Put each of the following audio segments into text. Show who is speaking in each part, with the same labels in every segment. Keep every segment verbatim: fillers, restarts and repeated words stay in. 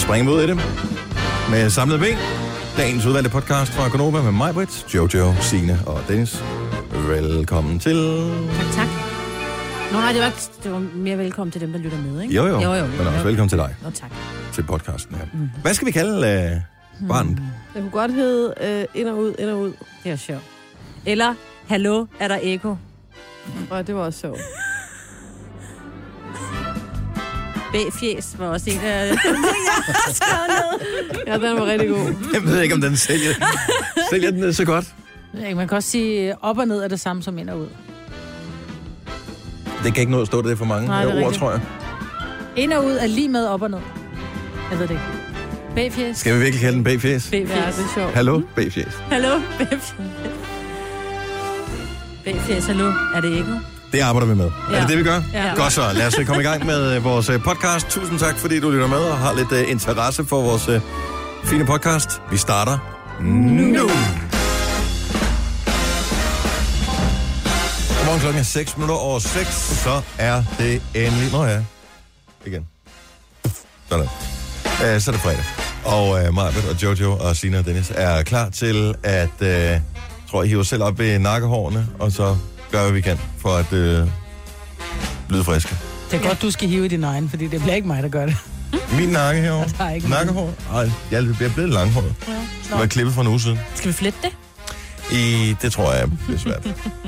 Speaker 1: springer ud i det med samlet ben. Dagens udvalgte podcast fra Gonova med mig, Britt, Jojo, Signe og Dennis. Velkommen til.
Speaker 2: Tak, tak. Nå nej, det var, det var mere velkommen til dem, der lytter med, ikke?
Speaker 1: Jo, jo,
Speaker 2: jo, jo
Speaker 1: men også velkommen til dig.
Speaker 2: Nå, tak.
Speaker 1: Til podcasten her. Mm. Hvad skal vi kalde uh, barnet? Mm.
Speaker 3: Det kunne godt hedde uh, ind og ud, ind og ud.
Speaker 2: Det er sjovt. Eller, hallo, er der eko?
Speaker 3: Og det var også sjovt.
Speaker 2: B-fjes var også en af dem, jeg har skrevet ned.
Speaker 3: Ja, den var rigtig god.
Speaker 1: Jeg ved ikke, om den sælger, sælger den så godt.
Speaker 2: Man kan også sige, op og ned er det samme som ind og ud.
Speaker 1: Det kan ikke nå at stå der for mange
Speaker 2: Nej,
Speaker 1: ord,
Speaker 2: rigtigt.
Speaker 1: tror jeg.
Speaker 2: Ind og ud er lige med op og ned. Jeg ved det ikke. B-fjes.
Speaker 1: Skal vi virkelig kalde den B-fjes?
Speaker 2: B-fjes.
Speaker 3: Ja, det er sjovt.
Speaker 1: Hallo, B-fjes.
Speaker 2: Hallo, B-fjes. B-fjes, hallo, er det eko?
Speaker 1: Det arbejder vi med. Ja. Er det det, vi gør?
Speaker 2: Ja.
Speaker 1: Godt så. Lad os komme i gang med uh, vores uh, podcast. Tusind tak, fordi du lytter med og har lidt uh, interesse for vores uh, fine podcast. Vi starter nu. Godmorgen, klokken er seks minutter over seks. Så er det endelig... Nå ja. Igen. Sådan. Uh, så er det fredag. Og uh, Marbet og Jojo og Sina og Dennis er klar til at... Uh, tror, I hiver selv op i nakkehårene, og så gør, hvad vi kan for at øh, blive friske.
Speaker 4: Det er godt, du skal hive i din egen, fordi det bliver ikke mig, der gør det.
Speaker 1: Min nakke herovre.
Speaker 4: Der er ikke
Speaker 1: Nakkehår? Ej, jeg er blevet langhåret.
Speaker 2: Ja.
Speaker 1: Det var klippet for en uge siden.
Speaker 2: Skal vi flette det?
Speaker 1: I, det tror jeg bliver svært.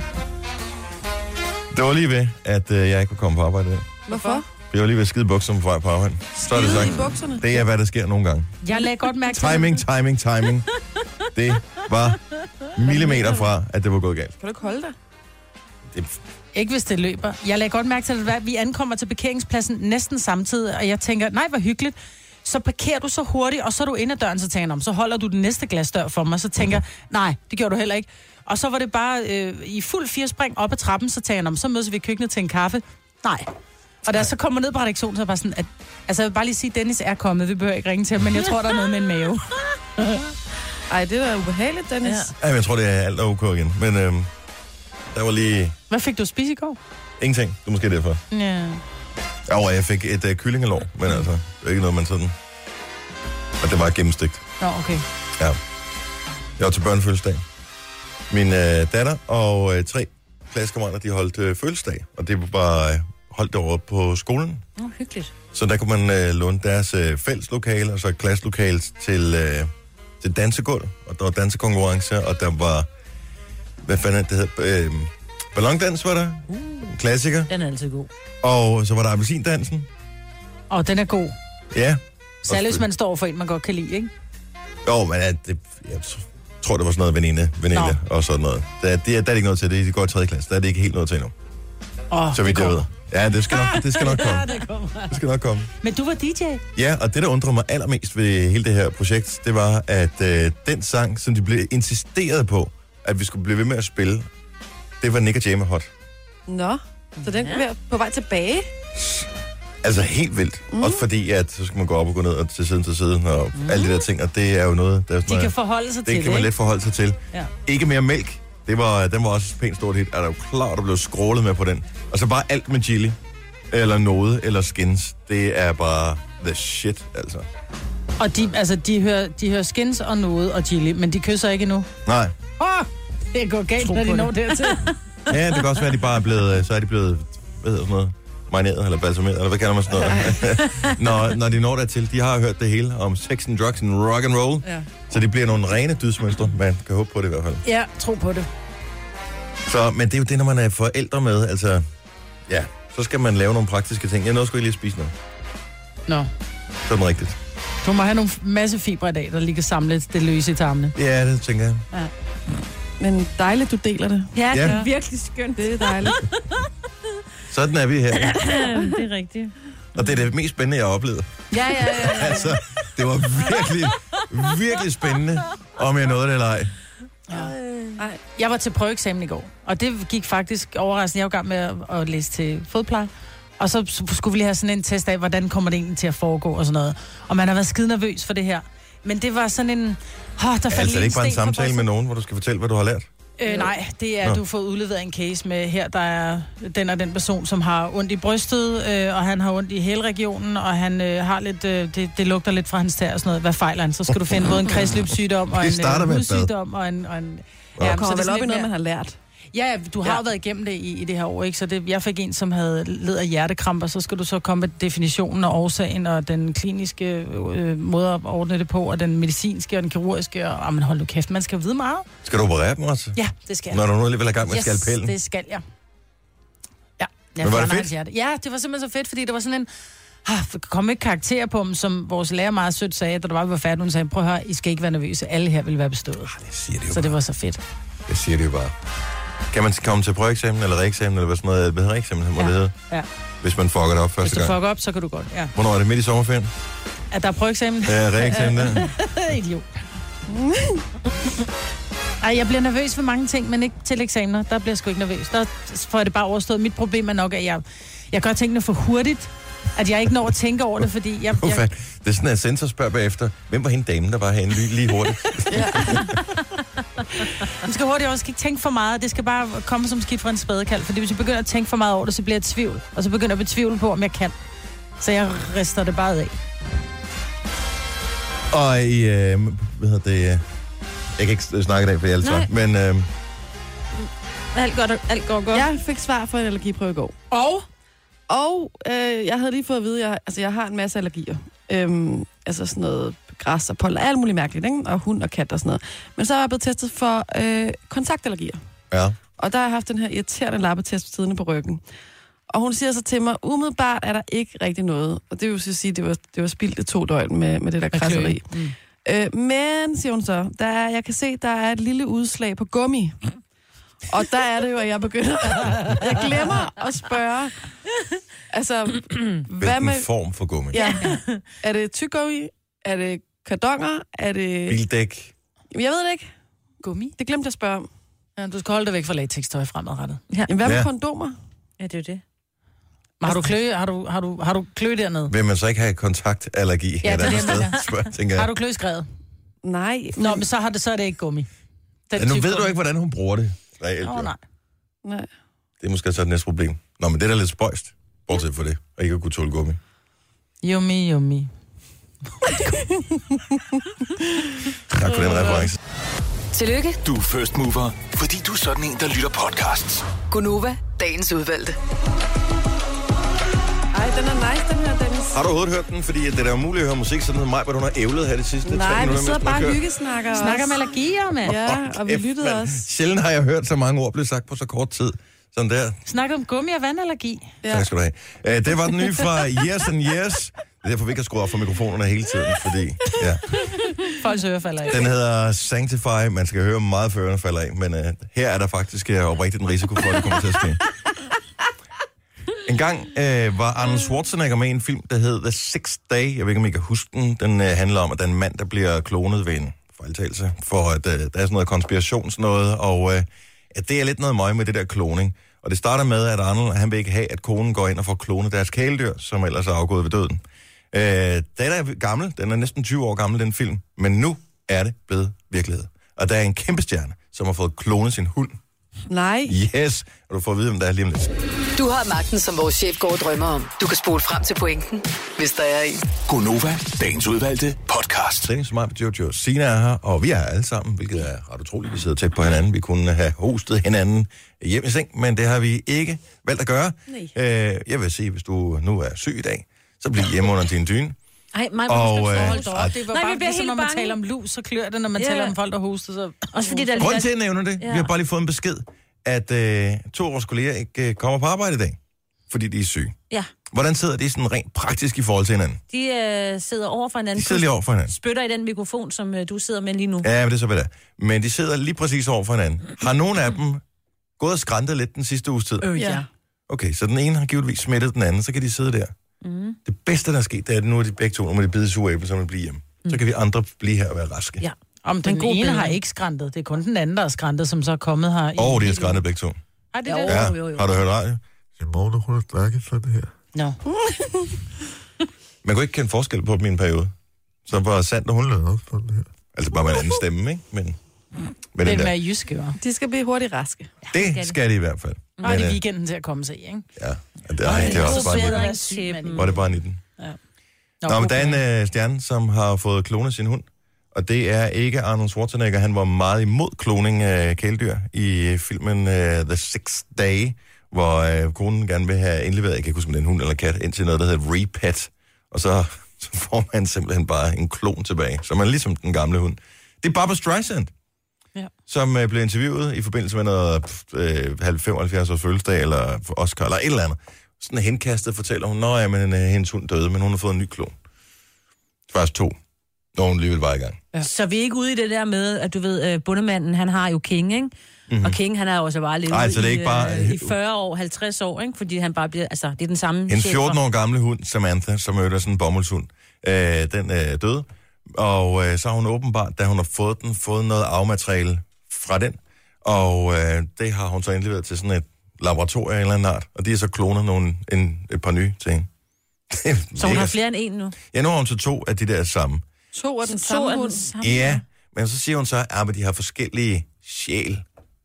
Speaker 1: Det var lige ved, at øh, jeg ikke kunne komme på arbejde i dag.
Speaker 3: Hvorfor?
Speaker 1: Jeg var lige ved at skide bukserne på vej på arbejde. Så er det
Speaker 3: Skide i
Speaker 1: sagt.
Speaker 3: bukserne?
Speaker 1: Det er, hvad der sker nogle gange.
Speaker 4: Jeg lagde godt mærke til
Speaker 1: Timing, timing, timing. Det var millimeter fra, at det var gået galt.
Speaker 3: Kan du ikke holde dig?
Speaker 1: Det,
Speaker 4: Ikke hvis det løber. Jeg lagde godt mærke til, at vi ankommer til parkeringspladsen næsten samtidig, og jeg tænker, nej, hvor hyggeligt. Så parkerer du så hurtigt, og så er du inde ad døren, så tænker jeg, om, så holder du den næste glasdør for mig, så tænker jeg, nej, det gjorde du heller ikke. Og så var det bare øh, i fuld firespring op ad trappen, så tænker jeg, om, så mødes vi i køkkenet til en kaffe. Nej. Og da jeg så kommer ned på redaktionen, så er jeg bare sådan, at, altså jeg vil bare lige sige, at Dennis er kommet, vi behøver ikke ringe til ham, men jeg tror, der er noget med en mave.
Speaker 3: Ej, det er da ubehageligt, Dennis.
Speaker 1: ja,
Speaker 3: Ja.
Speaker 1: jeg tror, det er alt ok igen. Men øhm, der var lige
Speaker 4: Hvad fik du at spise i går?
Speaker 1: ingenting. Det er måske derfor.
Speaker 4: Ja.
Speaker 1: Ja, og jeg fik et uh, kyllingelår, men altså, det er ikke noget, man sådan... Og det var gennemstegt.
Speaker 4: Nå, okay.
Speaker 1: Ja. Jeg var til børnefødselsdag. Min uh, datter og uh, tre klassekammerater, de holdt uh, fødselsdag, og det var uh, holdt derovre på skolen.
Speaker 2: Nå, hyggeligt.
Speaker 1: Så der kunne man uh, låne deres uh, fælleslokale, og så klasselokale til, uh, til dansegulv, og der var dansekonkurrence, og der var... Hvad fanden det hed? Uh, ballondans var der.
Speaker 2: Uh.
Speaker 1: Klassiker.
Speaker 2: Den er altid god.
Speaker 1: Og så var der appelsindansen.
Speaker 4: Og den er god.
Speaker 1: Ja.
Speaker 4: Særligt, hvis man står for en, man godt kan lide, ikke?
Speaker 1: Jo, men ja, det, jeg tror, det var sådan noget veninde, veninde og sådan noget. Der, det, der er det ikke noget til. Det er, de går i tredje klasse. Der er det ikke helt noget til endnu.
Speaker 4: Åh,
Speaker 1: Så vidt jeg
Speaker 4: kommer.
Speaker 1: ved. Ja, det skal nok, det skal nok komme.
Speaker 4: Ja, det kommer.
Speaker 1: Det skal nok komme.
Speaker 4: Men du var D J?
Speaker 1: Ja, og det, der undrer mig allermest ved hele det her projekt, det var, at øh, den sang, som de blev insisteret på, at vi skulle blive ved med at spille, det var Nick og Jay med Hot.
Speaker 3: Nå, så den kunne være på vej tilbage.
Speaker 1: Altså helt vildt. Mm. Også fordi, at så skal man gå op og gå ned og til siden til siden og mm. alle de der ting, og det er jo noget... Der er sådan
Speaker 4: De
Speaker 1: noget,
Speaker 4: kan forholde sig
Speaker 1: det
Speaker 4: til
Speaker 1: kan man
Speaker 4: det,
Speaker 1: let forholde sig til.
Speaker 4: Ja.
Speaker 1: Ikke mere mælk. Det var, den var også pænt stort hit. Er der jo klart, der blev scrollet med på den. Og så bare alt med chili, eller noget, eller skins. Det er bare the shit, altså.
Speaker 4: Og de, altså, de, hører, de hører skins og noget og chili, men de kysser ikke endnu.
Speaker 1: Nej.
Speaker 4: Åh, oh, det går galt,
Speaker 2: Tro
Speaker 4: når de
Speaker 2: på
Speaker 4: når
Speaker 2: det.
Speaker 4: dertil.
Speaker 1: Ja, det kan også være, at de bare er blevet... Så er de blevet... Hvad hedder sådan noget? Marineret eller balsameret, eller hvad kalder man sådan noget? når, når de når dertil, de har hørt det hele om sex and drugs and rock and roll.
Speaker 4: Ja.
Speaker 1: Så det bliver nogle rene dydsmønstre. Man kan håbe på det i hvert fald.
Speaker 4: Ja, tro på det.
Speaker 1: Så, men det er jo det, når man er forældre med, altså... Ja, så skal man lave nogle praktiske ting. Jeg nåede sgu ikke lige at spise noget.
Speaker 4: Nå,
Speaker 1: Sådan rigtigt.
Speaker 4: du må have nogle masse fibre i dag, der lige kan samle det løse i tarmene.
Speaker 1: Ja, det tænker jeg.
Speaker 4: Ja.
Speaker 3: Men dejligt, du deler det.
Speaker 2: Ja, det
Speaker 1: Ja.
Speaker 2: er virkelig skønt.
Speaker 3: Det er dejligt.
Speaker 1: Sådan er vi her.
Speaker 2: Ja, det er rigtigt.
Speaker 1: Og det er det mest spændende, jeg har oplevet.
Speaker 2: Ja, ja, ja.
Speaker 1: Altså, det var virkelig, virkelig spændende, om jeg nåede det eller ej.
Speaker 4: Ja. Jeg var til prøveeksamen i går, og det gik faktisk overraskende. Jeg var i gang med at, at læse til fodpleje, og så skulle vi lige have sådan en test af, hvordan kommer det egentlig til at foregå og sådan noget. Og man har været skide nervøs for det her. Men det var sådan en... Oh, der
Speaker 1: Altså, det er ikke bare en samtale med nogen, hvor du skal fortælle, hvad du har lært?
Speaker 4: Øh, nej, det er,
Speaker 1: Nå.
Speaker 4: du har fået udleveret en case med, her der er den og den person, som har ondt i brystet, øh, og han har ondt i hælregionen, og han øh, har lidt, øh, det, det lugter lidt fra hans tær og sådan noget. Hvad fejler han? Så skal du finde både en kredsløbssygdom, og
Speaker 1: Det
Speaker 4: en
Speaker 1: starter
Speaker 4: øh,
Speaker 1: med et bad.
Speaker 4: hudsygdom, og en... Og en
Speaker 1: Ja,
Speaker 3: Ja, kommer
Speaker 4: det er
Speaker 3: vel op i
Speaker 4: lidt
Speaker 3: noget,
Speaker 4: mere-
Speaker 3: man har lært.
Speaker 4: Ja, ja, du har
Speaker 3: Ja.
Speaker 4: jo været igennem det i, i det her år, ikke? Så det, jeg fik en, som havde led af hjertekramper, så skal du så komme med definitionen og årsagen, og den kliniske øh, måde at ordne det på, og den medicinske og den kirurgiske, og ah, men hold nu kæft, man skal jo vide meget.
Speaker 1: Skal du operere dem også?
Speaker 4: Ja, det skal jeg.
Speaker 1: Når du nu alligevel er i gang med
Speaker 4: Yes,
Speaker 1: skalpellen?
Speaker 4: det skal jeg. Ja, jeg
Speaker 1: Men var det
Speaker 4: fjerner
Speaker 1: fedt?
Speaker 4: hans hjerte. Ja, det var simpelthen så fedt, fordi det var sådan en... Ah, der kom ikke karakter på dem, som vores lærer meget sødt sagde, da der var, vi var færdige. Hun sagde, prøv at høre, I skal ikke være nervøse. Alle her vil være bestået.
Speaker 1: Det siger det jo
Speaker 4: Så det
Speaker 1: bare.
Speaker 4: var så fedt.
Speaker 1: Det siger det jo bare. Kan man komme til prøveeksamen eller reeksamen, eller hvad sådan noget? Hvad hedder reeksamen, må
Speaker 4: Ja.
Speaker 1: det hedde?
Speaker 4: Ja.
Speaker 1: Hvis man fucker det op
Speaker 4: Hvis
Speaker 1: første
Speaker 4: du
Speaker 1: gang.
Speaker 4: fucker op, så kan du godt. Ja.
Speaker 1: Hvornår er det? Midt i sommerferien?
Speaker 4: At der er prøveeksamen.
Speaker 1: Ja, reeksamen der.
Speaker 4: Idiot. Ej, jeg bliver nervøs for mange ting, men ikke til eksamener. Der bliver jeg sgu ikke nervøs. Der får jeg det bare overstået. Mit problem er nok, at jeg, jeg gør tingene for hurtigt. At jeg ikke når at tænke over det, fordi jeg... jeg
Speaker 1: Jeg... Det er sådan, at sensor spørger bagefter, hvem var hende damen, der var herinde lige, lige hurtigt?
Speaker 4: Du skal hurtigt også skal ikke tænke for meget. Det skal bare komme som skidt fra en spædekald. Fordi hvis jeg begynder at tænke for meget over det, så bliver jeg i tvivl. Og så begynder jeg at betvivle på, om jeg kan. Så jeg rister det bare af.
Speaker 1: Og i, øh, hvad hedder det, øh, jeg kan ikke snakke i dag, for jeg er lidt
Speaker 2: Nej.
Speaker 1: træt, men øh,
Speaker 2: Alt, godt, alt går godt.
Speaker 3: Jeg fik svar fra en allergiprøve i går.
Speaker 4: Og?
Speaker 3: Og øh, jeg havde lige fået at vide, at jeg, altså, jeg har en masse allergier. Øhm, altså sådan noget græs og pollen, alt muligt mærkeligt, ikke? Og hund og kat og sådan noget. Men så er jeg blevet testet for øh, kontaktallergier.
Speaker 1: ja.
Speaker 3: Og der har jeg haft den her irriterende lappetest siddende på ryggen. Og hun siger så til mig, umiddelbart er der ikke rigtig noget. Og det vil så sige, det var, det var spildt det to døgn med, med det der krasseri.
Speaker 4: Mm.
Speaker 3: Øh, men, siger hun så, der er, jeg kan se, der er et lille udslag på gummi. Og der er det jo, at jeg begynder... Jeg glemmer at spørge. Altså, hvad
Speaker 1: Hvilken
Speaker 3: med...
Speaker 1: form for gummi?
Speaker 3: Ja. Er det tyggegummi? Er det kardonger? Er det...
Speaker 1: Bildæk?
Speaker 3: Jeg ved det ikke.
Speaker 4: Gummi?
Speaker 3: Det glemte jeg at spørge om.
Speaker 4: Ja, du skal holde dig væk fra latextøj fremadrettet.
Speaker 3: Jamen, hvad med
Speaker 1: Ja.
Speaker 3: kondomer?
Speaker 2: Ja, det er jo det.
Speaker 4: Men har du klø, har du, har du, har du klø dernede?
Speaker 1: Vil man så ikke have kontaktallergi
Speaker 4: Ja,
Speaker 1: et
Speaker 4: det er
Speaker 1: andet
Speaker 4: det, man
Speaker 1: sted?
Speaker 4: har.
Speaker 1: Spørger, tænker
Speaker 4: Har
Speaker 1: jeg.
Speaker 4: du klø skrevet?
Speaker 3: Nej.
Speaker 4: Nå, men så, har det, så er det ikke gummi. Den
Speaker 1: Ja, nu
Speaker 4: type
Speaker 1: ved du
Speaker 4: gummi.
Speaker 1: ikke, hvordan hun bruger det. Reelt,
Speaker 4: Åh,
Speaker 1: jo.
Speaker 4: nej.
Speaker 3: Nej.
Speaker 1: Det er måske så det næste problem. Nå, men det er da lidt spøjst. Bortset for det. Og ikke at kunne tåle gummi.
Speaker 4: Yummy, yummy.
Speaker 1: Tak for den reference.
Speaker 5: Tillykke,
Speaker 6: Du er first mover, fordi du er sådan en, der lytter podcasts.
Speaker 5: Gunova, dagens udvalgte.
Speaker 3: Ej, den er nice, den her, Dennis.
Speaker 1: Har du overhovedet hørt den? Fordi det er da umuligt at høre musik, sådan noget mig, hvor hun har ævlet her det sidste tre
Speaker 3: Nej, vi
Speaker 1: minutter.
Speaker 3: sidder
Speaker 1: mens den
Speaker 3: bare
Speaker 1: kører.
Speaker 3: og hyggesnakker
Speaker 4: Snakker
Speaker 3: også.
Speaker 4: om allergier, mand.
Speaker 3: Ja, og vi
Speaker 1: Kæft,
Speaker 3: lyttede
Speaker 1: mand.
Speaker 3: også.
Speaker 1: Sjældent har jeg hørt så mange ord blive sagt på så kort tid. Sådan der.
Speaker 4: Snakker om gummi og vandallergi.
Speaker 3: Ja.
Speaker 1: Tak skal du have. Uh, det var den nye fra Yes and Yes. Det er derfor, vi ikke har skruet op for mikrofonerne hele tiden, fordi ja.
Speaker 4: Folks ører falder af.
Speaker 1: Den hedder Sanctify. Man skal høre meget, før ørerne falder af, men uh, her er der faktisk uh, oprigtigt en risiko for, at det kommer til at ske. En gang uh, var Arnold Schwarzenegger med i en film, der hed The Sixth Day. Jeg ved ikke, om I kan huske den. Den uh, handler om, at der er en mand, der bliver klonet ved en fejltagelse, for at uh, der er sådan noget konspirationsnøde, og uh, at det er lidt noget møg med det der kloning. Og det starter med, at Arnold, han vil ikke have, at konen går ind og får klonet deres kæledyr, som ellers er afgået ved døden. Øh, den er gammel, den er næsten tyve år gammel, den film, men nu er det blevet virkelighed. Og der er en kæmpe stjerne, som har fået klonet sin hund.
Speaker 3: Nej.
Speaker 1: Yes, og du får at vide, om der er lige om lidt.
Speaker 5: Du har magten, som vores chef går og drømmer om. Du kan spole frem til pointen, hvis der er en.
Speaker 6: Gunova, dagens udvalgte podcast.
Speaker 1: Træning som mig med Jojo. Sina er her, og vi er her alle sammen, hvilket er ret utroligt. Vi sidder tæt på hinanden. Vi kunne have hostet hinanden hjem i seng, men det har vi ikke valgt at gøre. Øh, jeg vil sige, hvis du nu er syg i dag, så bliv hjemme under din dyne.
Speaker 2: Ej, mig,
Speaker 1: Og,
Speaker 2: og,
Speaker 1: øh,
Speaker 4: Hold da op, det var
Speaker 2: Nej,
Speaker 4: bare
Speaker 2: vi bliver
Speaker 4: ligesom,
Speaker 2: helt
Speaker 4: når man
Speaker 2: bange.
Speaker 4: taler om lus, så klør det, når man
Speaker 2: Ja.
Speaker 4: taler om folk, der hoster. Så...
Speaker 2: Også fordi der er
Speaker 1: Grunden
Speaker 2: lidt...
Speaker 1: til, at jeg nævner det,
Speaker 2: Ja.
Speaker 1: vi har bare lige fået en besked, at øh, to af vores kolleger ikke øh, kommer på arbejde i dag, fordi de er syge.
Speaker 2: Ja,
Speaker 1: Hvordan sidder de sådan rent praktisk i forhold til hinanden?
Speaker 2: de øh, sidder over for hinanden.
Speaker 1: De sidder lige over for hinanden.
Speaker 2: Spytter i den mikrofon, som øh, du sidder med lige nu.
Speaker 1: Ja, men det er så, hvad det er. Men de sidder lige præcis over for hinanden. Har nogen af dem gået og skræntet lidt den sidste uges tid?
Speaker 4: Øh, ja.
Speaker 3: Ja.
Speaker 1: Okay, så den ene har givetvis smittet den anden, så kan de sidde der. Mm. Det bedste, der er sket, det er, at nu er de begge to, nu må de bide sure æble, så må de blive hjemme. Mm. Så kan vi andre blive her og være raske.
Speaker 2: Ja.
Speaker 4: Om den
Speaker 2: En god
Speaker 4: ene
Speaker 2: bedring.
Speaker 4: har ikke skræntet. Det er kun den anden, der er skræntet, som så er kommet her. i-
Speaker 1: Og de har skræntet begge to.
Speaker 4: Ej, det er
Speaker 2: Jo.
Speaker 4: det.
Speaker 1: Ja,
Speaker 2: jo, jo.
Speaker 1: har du hørt radio? Simone, hun har drukket for det her.
Speaker 4: Nå.
Speaker 1: Man kunne ikke kende forskel på dem i en periode. Så var sandt, og hun lavede op for det her. Altså bare med en anden stemme, ikke? Men Med
Speaker 4: Det
Speaker 1: den
Speaker 4: er
Speaker 1: der.
Speaker 4: med jyske, jo.
Speaker 3: De skal blive hurtigt raske.
Speaker 1: Det skal de i hvert fald.
Speaker 4: Og er det
Speaker 1: øh,
Speaker 4: weekenden til at komme sig, ikke?
Speaker 1: Ja, det er, ej, det er også bare nitten.
Speaker 2: bedring til dem.
Speaker 1: Var det bare nitten?
Speaker 4: Ja.
Speaker 1: Nå, men der er en øh, stjerne, som har fået klonet sin hund. Og det er ikke Arnold Schwarzenegger. Han var meget imod kloning af kæledyr i filmen uh, The Sixth Day, hvor uh, konen gerne vil have indleveret, jeg kan ikke huske, om det er en hund eller kat, indtil noget, der hedder repet. Og så, så får man simpelthen bare en klon tilbage, som er ligesom den gamle hund. Det er Barbra Streisand,
Speaker 4: Ja.
Speaker 1: som uh, blev interviewet i forbindelse med noget uh, femoghalvfjerds års fødselsdag, eller Oscar, eller et eller andet. Sådan henkastet fortæller hun, at uh, hendes hund døde, men hun har fået en ny klon. Først to. Når hun alligevel var i gang.
Speaker 2: Ja. Så vi er ikke ude i det der med, at du ved, uh, bundemanden, han har jo King, ikke? Mm-hmm. Og King, han er jo også bare levet
Speaker 1: Ej, så det er
Speaker 2: i,
Speaker 1: ikke bare...
Speaker 2: uh, i fyrre år, halvtreds år, ikke? Fordi han bare bliver, altså, det er den samme
Speaker 1: En
Speaker 2: chefer.
Speaker 1: fjorten år gamle hund, Samantha, som er sådan en bomuldshund, øh, den er øh, død. Og øh, så har hun åbenbart, da hun har fået den, fået noget arvemateriale fra den. Og øh, det har hun så indleveret til sådan et laboratorium af en eller anden art. Og de har så klonet nogle, en, et par nye til hende.
Speaker 2: Så hun har flere end en nu?
Speaker 1: Ja, nu har hun så to af de der samme.
Speaker 3: To af den
Speaker 2: To
Speaker 3: samme
Speaker 2: af den
Speaker 3: hund.
Speaker 2: samme.
Speaker 1: Ja, men så siger hun så, at de har forskellige sjæl.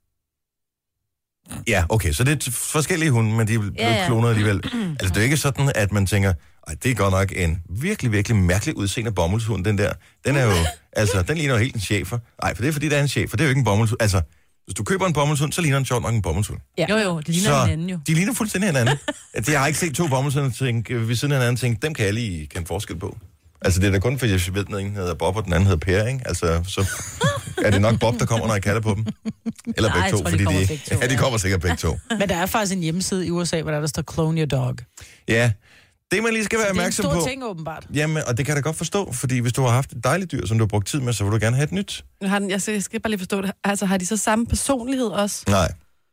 Speaker 1: Ja, okay, så det er t- forskellige hunde, men de er blevet
Speaker 2: Ja, ja.
Speaker 1: klonet alligevel. Altså, det er ikke sådan, at man tænker, ej, det er godt nok en virkelig, virkelig mærkelig udseende bomuldshund, den der. Den er jo, altså, den ligner jo helt en chefer. Nej, for det er fordi, der er en chefer. Det er jo ikke en bomuldshund. Altså, hvis du køber en bomuldshund, så ligner den sjovt nok en bomuldshund.
Speaker 2: Ja. Jo, jo, det ligner
Speaker 1: Så
Speaker 2: hinanden jo.
Speaker 1: de ligner fuldstændig hinanden. At jeg har ikke set to bomuldshunde tænke, ved siden af hinanden og tænke, dem kan jeg lige kende forskel på. Altså, det er da kun, fordi jeg ved, at den ene hedder Bob, og den anden hedder Per, ikke? Altså, så er det nok Bob, der kommer, når jeg kalder på dem. Eller
Speaker 2: Nej,
Speaker 1: begge to,
Speaker 2: jeg tror, de
Speaker 1: fordi
Speaker 2: kommer
Speaker 1: de,
Speaker 2: begge to,
Speaker 1: ja, de
Speaker 2: ja.
Speaker 1: kommer sikkert begge to.
Speaker 4: Men der er faktisk en hjemmeside i U S A, hvor der, der står Clone Your Dog.
Speaker 1: Ja, det man lige skal være
Speaker 4: Det er en
Speaker 1: opmærksom
Speaker 4: stor
Speaker 1: på.
Speaker 4: ting, åbenbart.
Speaker 1: Jamen, og det kan jeg da godt forstå, fordi hvis du har haft et dejligt dyr, som du har brugt tid med, så vil du gerne have et nyt.
Speaker 3: Har den, jeg skal, jeg skal bare lige forstå det. Altså, har de så samme personlighed også?
Speaker 1: Nej,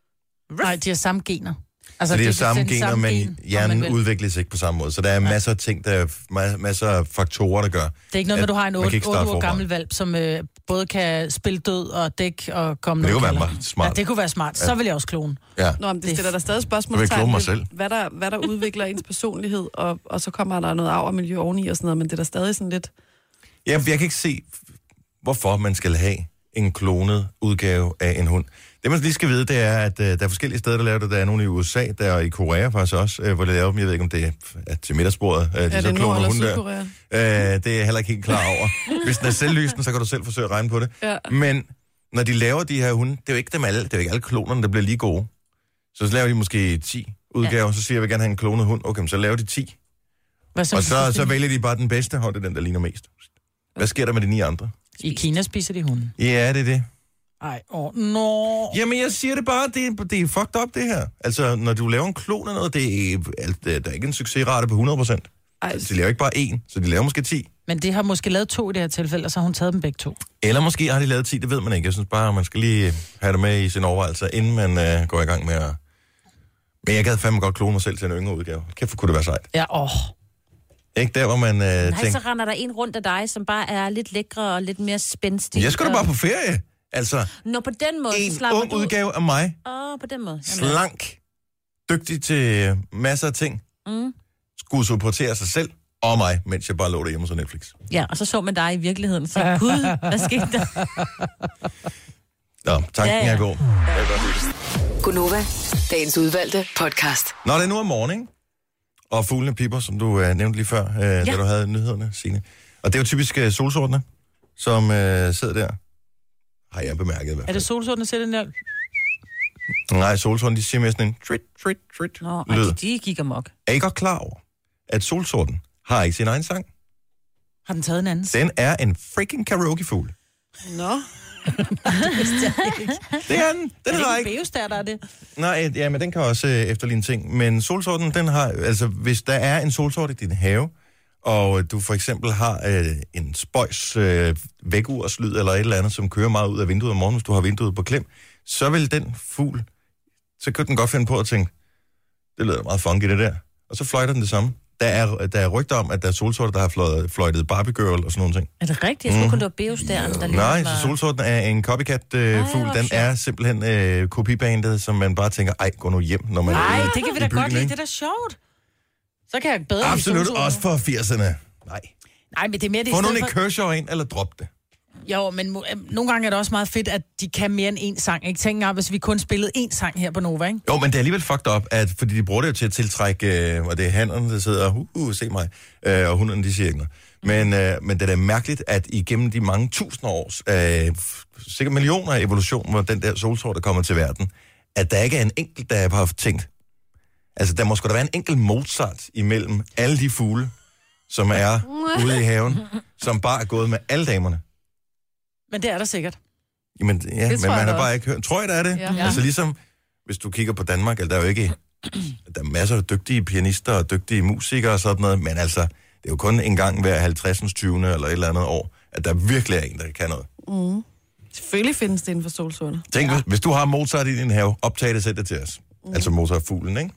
Speaker 4: Nej, de har samme gener. Altså,
Speaker 1: så det er
Speaker 4: den
Speaker 1: samme gener,
Speaker 4: samme
Speaker 1: men
Speaker 4: gen, om man
Speaker 1: hjernen
Speaker 4: vil.
Speaker 1: udvikles ikke på samme måde. Så der er masser af ting, der er ma- masser af faktorer, der gør.
Speaker 4: Det er ikke noget med,
Speaker 1: at
Speaker 4: at du har en
Speaker 1: man kan
Speaker 4: otte
Speaker 1: ikke starte
Speaker 4: år
Speaker 1: forfra.
Speaker 4: gammel valp, som øh, både kan spille død og dæk og komme
Speaker 1: Men det
Speaker 4: noget
Speaker 1: kunne være
Speaker 4: kalder.
Speaker 1: meget smart.
Speaker 4: Ja, det kunne være smart. Så vil jeg også klone.
Speaker 1: Ja.
Speaker 3: Nå, men det
Speaker 4: Det-
Speaker 3: stiller der stadig
Speaker 1: Jeg vil klone
Speaker 3: spørgsmålstegn
Speaker 1: mig
Speaker 3: ved,
Speaker 1: selv.
Speaker 3: hvad der, hvad der udvikler ens personlighed, og, og så kommer der noget arv og miljø oveni og sådan noget, men det er der stadig sådan lidt...
Speaker 1: Ja, jeg kan ikke se, hvorfor man skal have en klonet udgave af en hund. Det, man lige skal vide, det er, at uh, der er forskellige steder, der laver det. Der er nogle i U S A, der er i Korea faktisk også, uh, hvor de laver dem. Jeg ved ikke, om det er til middagsbordet. Uh, de
Speaker 3: Er
Speaker 1: så
Speaker 3: det Nord-
Speaker 1: kloner
Speaker 3: eller
Speaker 1: hunde
Speaker 3: Sydkorea?
Speaker 1: der. Uh, det er jeg heller ikke helt klar over. Hvis den er selvlysende, så kan du selv forsøge at regne på det.
Speaker 3: Ja.
Speaker 1: Men når de laver de her hunde, det er jo ikke dem alle, det er jo ikke alle klonerne, der bliver lige gode. Så, så laver de måske ti udgaver, ja. Så siger jeg, at jeg vil gerne have en klonet hund. Okay, men så laver de ti.
Speaker 4: Hvad så,
Speaker 1: Og så, så vælger de bare den bedste, og det er den, der ligner mest. Hvad sker der med de ni andre?
Speaker 4: I Kina spiser de hunde.
Speaker 1: Ja, det er det.
Speaker 4: Ej, åh, oh, no.
Speaker 1: Jamen, jeg siger det bare, det, er- det er fucked up, det her. Altså, når du laver en klon af noget, det er, altså, der er ikke en succesrate på hundrede procent.
Speaker 3: Ej,
Speaker 1: De laver ikke bare én, så de laver måske ti.
Speaker 4: Men det har måske lavet to i det her tilfælde, og så har hun taget dem begge to.
Speaker 1: Eller måske har de lavet ti, det ved man ikke. Jeg synes bare, man skal lige have det med i sine overvejelser, inden man uh, går i gang med at... Men jeg gad fandme godt klone mig selv til en yngre udgave. Kæft, hvor kunne det være sejt.
Speaker 4: Ja, åh. Oh.
Speaker 1: Ikke der, hvor man uh,
Speaker 2: Nej,
Speaker 1: tænker...
Speaker 2: så render der en rundt af dig, som bare er lidt lækre og lidt mere spændstig.
Speaker 1: Jeg skal da bare på ferie. Altså,
Speaker 2: Nå, på den måde,
Speaker 1: en
Speaker 2: så slapper
Speaker 1: ung
Speaker 2: du...
Speaker 1: udgave af mig.
Speaker 2: Åh, oh, på den måde. Jamen,
Speaker 1: Slank. Dygtig til masser af ting.
Speaker 2: Mm.
Speaker 1: Skulle supportere sig selv og mig, mens jeg bare lå derhjemme hos Netflix.
Speaker 2: Ja, og så så man dig i virkeligheden, så tænkte, gud, hvad skete der?
Speaker 1: Nå, tanken
Speaker 2: Ja, ja.
Speaker 1: er god.
Speaker 5: Gunova, dagens udvalgte podcast.
Speaker 1: Nå, det er nu om morgenen, og fuglene piper, som du uh, nævnte lige før, uh, ja. da du havde nyhederne, Signe. Og det er jo typisk uh, solsortene, som uh, sidder der. Har jeg bemærket i hvert
Speaker 4: Er
Speaker 1: fald.
Speaker 4: det solsorten, der sætter den der?
Speaker 1: Nej, solsorten, de siger mere sådan en trit, trit, trit
Speaker 2: Nå, ej,
Speaker 1: lyd.
Speaker 2: de, de gik amok.
Speaker 1: Er I godt klar over, at solsorten har ikke sin egen sang?
Speaker 4: Har den taget en anden?
Speaker 1: Den er en freaking karaoke-fugl.
Speaker 3: Nå.
Speaker 1: Det er den. Den
Speaker 4: Er det
Speaker 1: har
Speaker 4: ikke
Speaker 1: ikke...
Speaker 4: en beostær, der er det?
Speaker 1: Nej, ja, men den kan også øh, efterligne ting. Men solsorten, den har... Altså, hvis der er en solsort i din have, og du for eksempel har øh, en spøjs øh, vækkeurslyd eller et eller andet, som kører meget ud af vinduet om morgenen, hvis du har vinduet på klem, så vil den fugl... Så kan den godt finde på at tænke, det lyder meget funky, det der. Og så fløjter den det samme. Der er, der er rygter om, at der er solsorter, der har fløjtet, fløjtet Barbie Girl og sådan nogle ting.
Speaker 2: Er det rigtigt? Jeg skulle mm. kun, det var beostæren, der
Speaker 1: Nej,
Speaker 2: var...
Speaker 1: så solsorten er en copycat-fugl. Øh,
Speaker 2: Ej, hvor
Speaker 1: den
Speaker 2: sjovt.
Speaker 1: er simpelthen øh, kopibandet, som man bare tænker, ej, gå nu hjem, når man
Speaker 4: Nej,
Speaker 1: er ude
Speaker 4: det kan vi
Speaker 1: i
Speaker 4: da
Speaker 1: byen,
Speaker 4: godt lide.
Speaker 1: ikke?
Speaker 4: Det er da sjovt. Så kan jeg bedre lide
Speaker 1: Absolut,
Speaker 4: solsorten.
Speaker 1: også for firserne. Nej.
Speaker 4: Nej, men det er mere det i
Speaker 1: Få nu
Speaker 4: stedet
Speaker 1: Nick
Speaker 4: for...
Speaker 1: Kershaw ind, eller drop det.
Speaker 4: Jo, men mo- nogle gange er det også meget fedt, at de kan mere end én sang. Ikke? Tænk hvis vi kun spillede én sang her på Nova, ikke?
Speaker 1: Jo, men det er alligevel fucked up, at, fordi de bruger det jo til at tiltrække, øh, og det er hannerne, der sidder, uh, uh, se mig, øh, og hunderne, de siger ikke noget. Men, øh, men det er da mærkeligt, at igennem de mange tusinder års, øh, sikkert millioner af evolution, hvor den der solsår, der kommer til verden, at der ikke er en enkelt, der har tænkt, altså der må sgu da være en enkelt Mozart imellem alle de fugle, som er ude i haven, som bare er gået med alle damerne.
Speaker 4: Men det er der sikkert.
Speaker 1: Jamen, ja, men man har bare ikke hørt. Tror jeg, der er det?
Speaker 3: Ja.
Speaker 1: Altså ligesom, hvis du kigger på Danmark, eller der er jo ikke, der er masser af dygtige pianister og dygtige musikere og sådan noget, men altså, det er jo kun en gang hver halvtredsens tyvende eller et eller andet år, at der virkelig er en, der kan noget.
Speaker 3: Mm. Selvfølgelig findes det inden for solsorter.
Speaker 1: Tænk, ja. hvis, hvis du har Mozart i din have, optag det, send det til os. Mm. Altså Mozart-fuglen, ikke?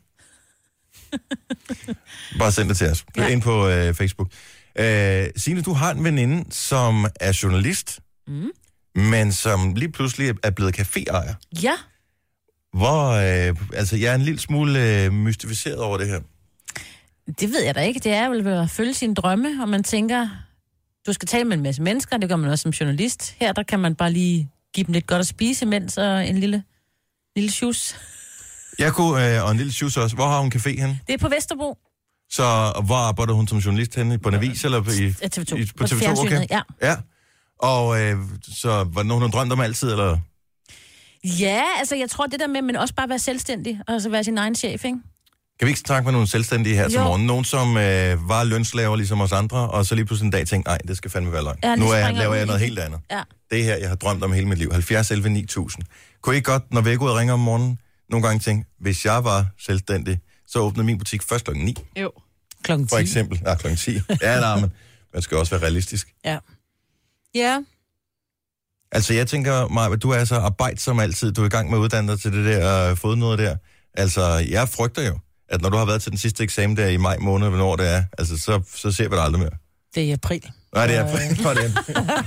Speaker 1: Bare send det til os. Ja. Ind på øh, Facebook. Øh, Signe, du har en veninde, som er journalist, mm. men som lige pludselig er blevet caféejer.
Speaker 2: Ja.
Speaker 1: Hvor, øh, altså, jeg er en lille smule øh, mystificeret over det her.
Speaker 2: Det ved jeg da ikke. Det er vel at følge sine drømme, og man tænker, du skal tale med en masse mennesker, det gør man også som journalist. Her, der kan man bare lige give dem lidt godt at spise, mens og en lille, lille shoes.
Speaker 1: Jeg kunne, øh, og en lille shoes også. Hvor har hun café henne?
Speaker 2: Det er på Vesterbro.
Speaker 1: Så hvor arbejder hun som journalist henne? På en avis eller på, i,
Speaker 2: T V to.
Speaker 1: I, på,
Speaker 2: på
Speaker 1: T V to? Okay.
Speaker 2: Ja.
Speaker 1: Ja. Og øh, så var det noget, hun drømte om altid, eller?
Speaker 2: Ja, altså jeg tror det der med, men også bare være selvstændig, og så være sin egen chef, ikke?
Speaker 1: Kan vi ikke snakke med nogle selvstændige her til morgen? Nogen, som øh, var lønslaver ligesom os andre, og så lige pludselig en dag tænkte, nej, det skal fandme være løgn.
Speaker 2: Ja,
Speaker 1: nu er jeg, laver
Speaker 2: ud
Speaker 1: jeg noget
Speaker 2: i-
Speaker 1: helt andet.
Speaker 2: Ja.
Speaker 1: Det her, jeg har drømt om hele mit liv. halvfjerds elleve ni tusind. Kunne I godt, når vækket ringer om morgenen, nogle gange tænke, hvis jeg var selvstændig, så åbnede min butik først klokken ni,
Speaker 3: Jo.
Speaker 4: Klokken ti.
Speaker 1: for eksempel. Nej, klokken ti. Ja, nej, men man skal også være realistisk.
Speaker 4: Ja. Ja.
Speaker 1: Altså, jeg tænker, Maja, du er så arbejdsom altid. Du er i gang med at uddanne dig til det der øh, fodnoget der. Altså, jeg frygter jo, at når du har været til den sidste eksamen der i maj måned, hvornår det er, altså, så, så ser vi det aldrig mere.
Speaker 4: Det er i april.
Speaker 1: Nej, det er april. Nå, det er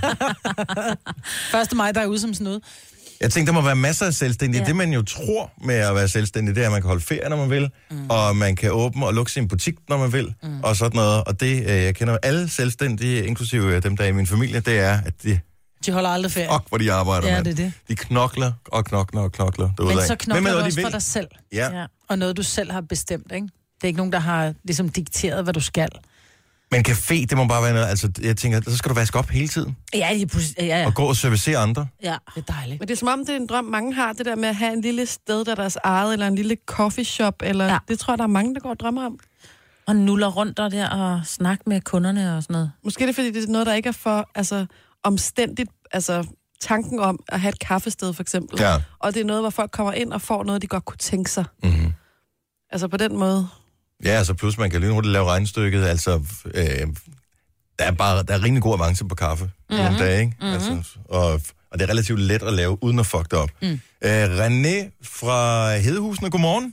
Speaker 4: første maj, der er ude som sådan noget.
Speaker 1: Jeg tænkte, der må være masser af selvstændige.
Speaker 2: Ja.
Speaker 1: Det, man jo tror med at være selvstændig, det er, at man kan holde ferie, når man vil, mm. og man kan åbne og lukke sin butik, når man vil, mm. og sådan noget. Og det, øh, jeg kender alle selvstændige, inklusive dem, der er i min familie, det er, at de,
Speaker 4: De holder aldrig ferie.
Speaker 1: fuck, hvor de arbejder,
Speaker 4: Ja,
Speaker 1: mand.
Speaker 4: det er det.
Speaker 1: De knokler og knokler og knokler.
Speaker 4: Men
Speaker 1: derudad.
Speaker 4: så knokler
Speaker 1: med
Speaker 4: du
Speaker 1: noget,
Speaker 4: også
Speaker 1: de
Speaker 4: for
Speaker 1: vil.
Speaker 4: dig selv.
Speaker 1: Ja.
Speaker 2: Ja.
Speaker 4: Og noget, du selv har bestemt, ikke? Det er ikke nogen, der har ligesom dikteret, hvad du skal.
Speaker 1: Men café, det må bare være noget, altså, jeg tænker, så skal du vaske op hele tiden,
Speaker 2: Ja, lige pludselig. Ja, ja.
Speaker 1: og gå og servicere andre.
Speaker 2: ja.
Speaker 4: Det er dejligt.
Speaker 3: Men det er som om, det er en drøm, mange har, det der med at have en lille sted, der er deres eget, eller en lille coffeeshop, eller
Speaker 2: Ja.
Speaker 3: ja. Det tror jeg, der er mange, der går og drømmer om.
Speaker 2: Og nuller rundt der, der og snakke med kunderne og sådan noget.
Speaker 3: Måske er det, fordi det er noget, der ikke er for altså, omstændigt, altså tanken om at have et kaffested, for eksempel.
Speaker 1: Ja.
Speaker 3: Og det er noget, hvor folk kommer ind og får noget, de godt kunne tænke sig.
Speaker 1: Mm-hmm.
Speaker 3: Altså på den måde.
Speaker 1: Ja, altså plus man kan lynhurtigt lave regnstykket, altså, øh, der er bare, der er rimelig god avance på kaffe mm-hmm. nogle dage, ikke? Mm-hmm. Altså, og, og det er relativt let at lave, uden at fuck det op. Mm. Øh, René fra Hedehusene, godmorgen.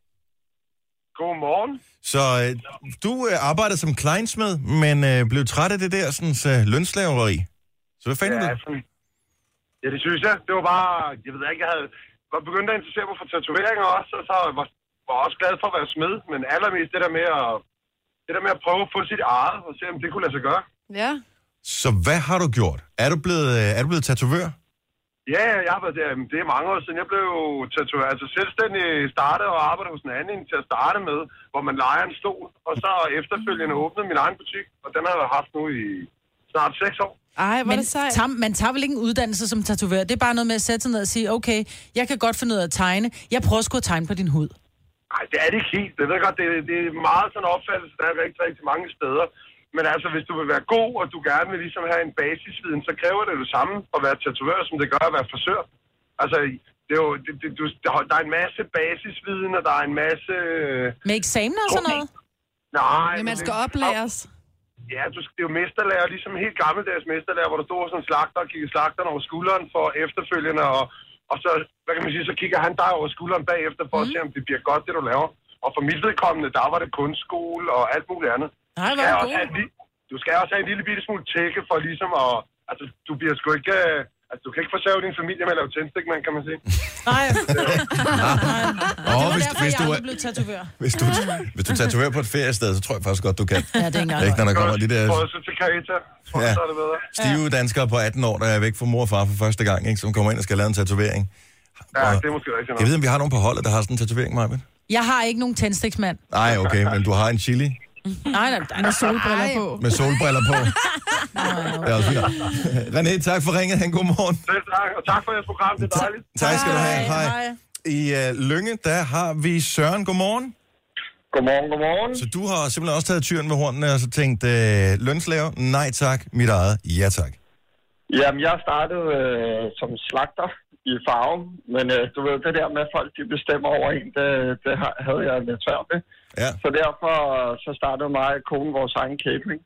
Speaker 7: Godmorgen.
Speaker 1: Så øh, du øh, arbejder som kleinsmed, men øh, blev træt af det der sådan, så, lønslaveri. Så hvad fanden
Speaker 7: Ja,
Speaker 1: er det?
Speaker 7: sådan, ja, det synes jeg. Det var bare, jeg ved ikke, jeg havde var begyndt at interessere mig for tatoveringer også, og så var jeg også glad for at være smed, men allermest det der med at, det der med at prøve at få sit eget, og se om det kunne lade sig gøre.
Speaker 3: Ja.
Speaker 1: Så hvad har du gjort? Er du blevet, øh, er du blevet tatovør?
Speaker 7: Ja, jeg har været der, det er mange år siden. Jeg blev tatovør, altså selvstændig startet og arbejdede hos en anden til at starte med, hvor man lejer en stol, og så efterfølgende åbnede min egen butik, og den har jeg haft nu i snart seks år.
Speaker 3: Ej, hvor er
Speaker 4: Men
Speaker 3: det sejt.
Speaker 4: tam, man tager vel ikke en uddannelse som tatovør. Det er bare noget med at sætte sig ned og sige, okay, jeg kan godt finde ud af at tegne. Jeg prøver sgu at tegne på din hud.
Speaker 7: Nej, det er det ikke helt. Det ved jeg godt, det, det er meget sådan en opfattelse, der er rigtig, rigtig mange steder. Men altså, hvis du vil være god, og du gerne vil ligesom have en basisviden, så kræver det det samme at være tatovør, som det gør at være frisør. Altså, det er jo, det, det, du, der er en masse basisviden, og der er en masse...
Speaker 4: Med eksamener og sådan noget?
Speaker 7: Nej.
Speaker 3: Men man skal
Speaker 7: det-
Speaker 3: oplæres.
Speaker 7: Ja, du, det er jo mesterlærer, ligesom helt gammeldags mesterlærer, hvor der stod sådan en slagter og kiggede slagteren over skulderen for efterfølgende, og, og så, hvad kan man sige, så kigger han dig over skulderen bagefter for mm. at se, om det bliver godt, det du laver. Og for mit vedkommende, der var det kunstskole og alt muligt andet.
Speaker 4: Nej,
Speaker 7: Du
Speaker 4: hvor
Speaker 7: skal,
Speaker 4: er
Speaker 7: også have, en li- du skal også have en lille bitte smule tække for ligesom at, altså, du bliver sgu ikke, Altså, du kan ikke forsørge din familie med at lave tændstikmand, kan man sige.
Speaker 4: Nej.
Speaker 1: Åh,
Speaker 4: Og
Speaker 1: hvis,
Speaker 4: derfor
Speaker 1: hvis,
Speaker 4: er
Speaker 1: du
Speaker 4: jeg
Speaker 1: er,
Speaker 4: aldrig blevet tatovør.
Speaker 1: hvis, du, hvis du tatoverer på et feriested, så tror jeg faktisk godt, du kan.
Speaker 4: Ja, det er ikke engang
Speaker 1: Ikke, når der kommer de der
Speaker 7: Prøv så til Carita. Tror
Speaker 1: Ja.
Speaker 7: jeg, så er det bedre.
Speaker 1: stive danskere på atten år, der er væk fra mor og far for første gang, ikke, som kommer ind og skal lave en tatovering.
Speaker 7: Ja, det er måske rigtigt
Speaker 1: Jeg
Speaker 7: nok.
Speaker 1: ved, om vi har nogen på holdet, der har sådan en tatovering, Marvind?
Speaker 4: Jeg har ikke nogen tændstiksmand.
Speaker 1: Nej, okay, men du har en chili
Speaker 4: Nej, nej, nej.
Speaker 3: Med solbriller på.
Speaker 1: med solbriller på. Det er også fint. René, tak for ringet. Han god morgen.
Speaker 7: Selv tak, og tak for jeres program. Det er dejligt.
Speaker 1: Tak skal du have. Hej. I uh, Lynge, der har vi Søren. Godmorgen.
Speaker 7: Godmorgen, godmorgen.
Speaker 1: Så du har simpelthen også taget tyren ved hornene og så tænkt, uh, lønslave, nej tak, mit eget, ja tak.
Speaker 8: Jamen, jeg startede øh, som slagter i Farven, men øh, du ved, det der med, at folk de bestemmer over en, det, det havde jeg lidt svært ved.
Speaker 1: Ja.
Speaker 8: Så derfor så startede mig og konen vores egen catering.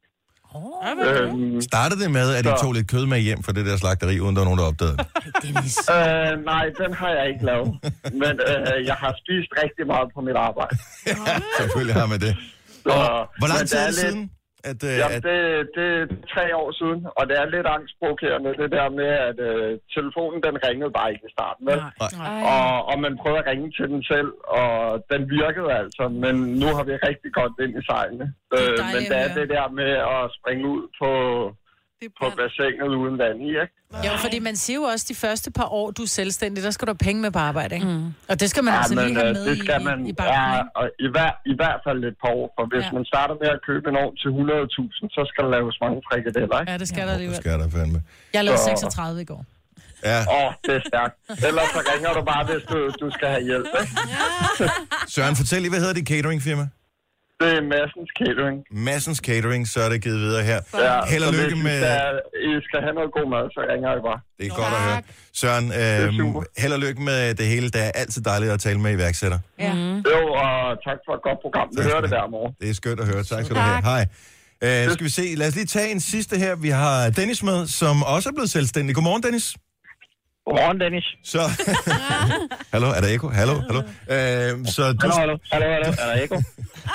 Speaker 4: Oh.
Speaker 8: Øhm,
Speaker 1: Startede det med, at I
Speaker 8: Så-
Speaker 1: tog lidt kød med hjem fra det der slagteri, uden der var nogen, der opdagede det?
Speaker 2: Dennis.
Speaker 8: øh, nej, den har jeg ikke lavet. Men øh, jeg har spist rigtig meget på mit arbejde.
Speaker 1: Selvfølgelig har man det.
Speaker 8: Så,
Speaker 1: Hvor lang
Speaker 8: men
Speaker 1: tid
Speaker 8: det
Speaker 1: er
Speaker 8: er
Speaker 1: det
Speaker 8: lidt-
Speaker 1: siden? At, uh,
Speaker 8: Jamen,
Speaker 1: at,
Speaker 8: det, det er tre år siden, og det er lidt angstprovokerende, det der med, at øh, telefonen, den ringede bare ikke i starten, vel? Og, og man prøvede at ringe til den selv, og den virkede altså, men nu har vi rigtig godt vind i sejlene. Øh, men
Speaker 4: dejligt
Speaker 8: det
Speaker 4: at
Speaker 8: er
Speaker 4: høre.
Speaker 8: det der med at springe ud på,
Speaker 3: Det er
Speaker 8: på
Speaker 3: brand.
Speaker 8: bassinet uden vand i, ikke?
Speaker 4: Jo, fordi man siger jo også, de første par år, du er selvstændig, der skal du have penge med på arbejde, ikke? Mm. Og det skal man altså lige have
Speaker 8: øh,
Speaker 4: med
Speaker 8: det skal
Speaker 4: i,
Speaker 8: man,
Speaker 4: i, i banken,
Speaker 8: ja,
Speaker 4: ikke?
Speaker 8: og i, hver, i hvert fald et par år, for hvis
Speaker 4: Ja.
Speaker 8: ja. man starter med at købe en ovn til hundrede tusind, så skal der laves mange frikadeller, ikke?
Speaker 4: Ja, det skal ja, der
Speaker 1: det
Speaker 4: alligevel.
Speaker 1: skal der fandme.
Speaker 4: Jeg lavede
Speaker 8: Så-
Speaker 4: seksogtredive i går.
Speaker 1: Ja,
Speaker 8: Åh, oh, det er stærkt. Ellers så ringer du bare, hvis du, du skal have hjælp, ikke?
Speaker 1: Søren, fortæl lige, hvad hedder dit cateringfirma?
Speaker 8: Det er Madsens Catering.
Speaker 1: Massens Catering, så er det givet videre her.
Speaker 8: Ja,
Speaker 1: Held og
Speaker 8: så
Speaker 1: lykke
Speaker 8: hvis I
Speaker 1: med...
Speaker 8: skal, I skal have noget god mad, så ringer I bare.
Speaker 1: Det er godt at høre. Søren,
Speaker 8: er
Speaker 1: øh,
Speaker 8: super.
Speaker 1: held og lykke med det hele. Det er altid dejligt at tale med iværksætter.
Speaker 4: Ja. Mm.
Speaker 8: Jo, og tak for et godt program. Vi
Speaker 1: Tak
Speaker 8: hører
Speaker 1: skal
Speaker 8: det
Speaker 1: du
Speaker 8: hver
Speaker 1: have.
Speaker 8: morgen.
Speaker 1: Det er skønt at høre. Tak skal du have. Hej. Øh, skal vi se. Lad os lige tage en sidste her. Vi har Dennis med, som også er blevet selvstændig. Godmorgen, Dennis.
Speaker 8: Godmorgen, Dennis.
Speaker 1: Så... hallo, er der ekko? Hallo, hallo. Øh, så du...
Speaker 8: Hallo, hallo. Hallo, hallo. Er der ekko?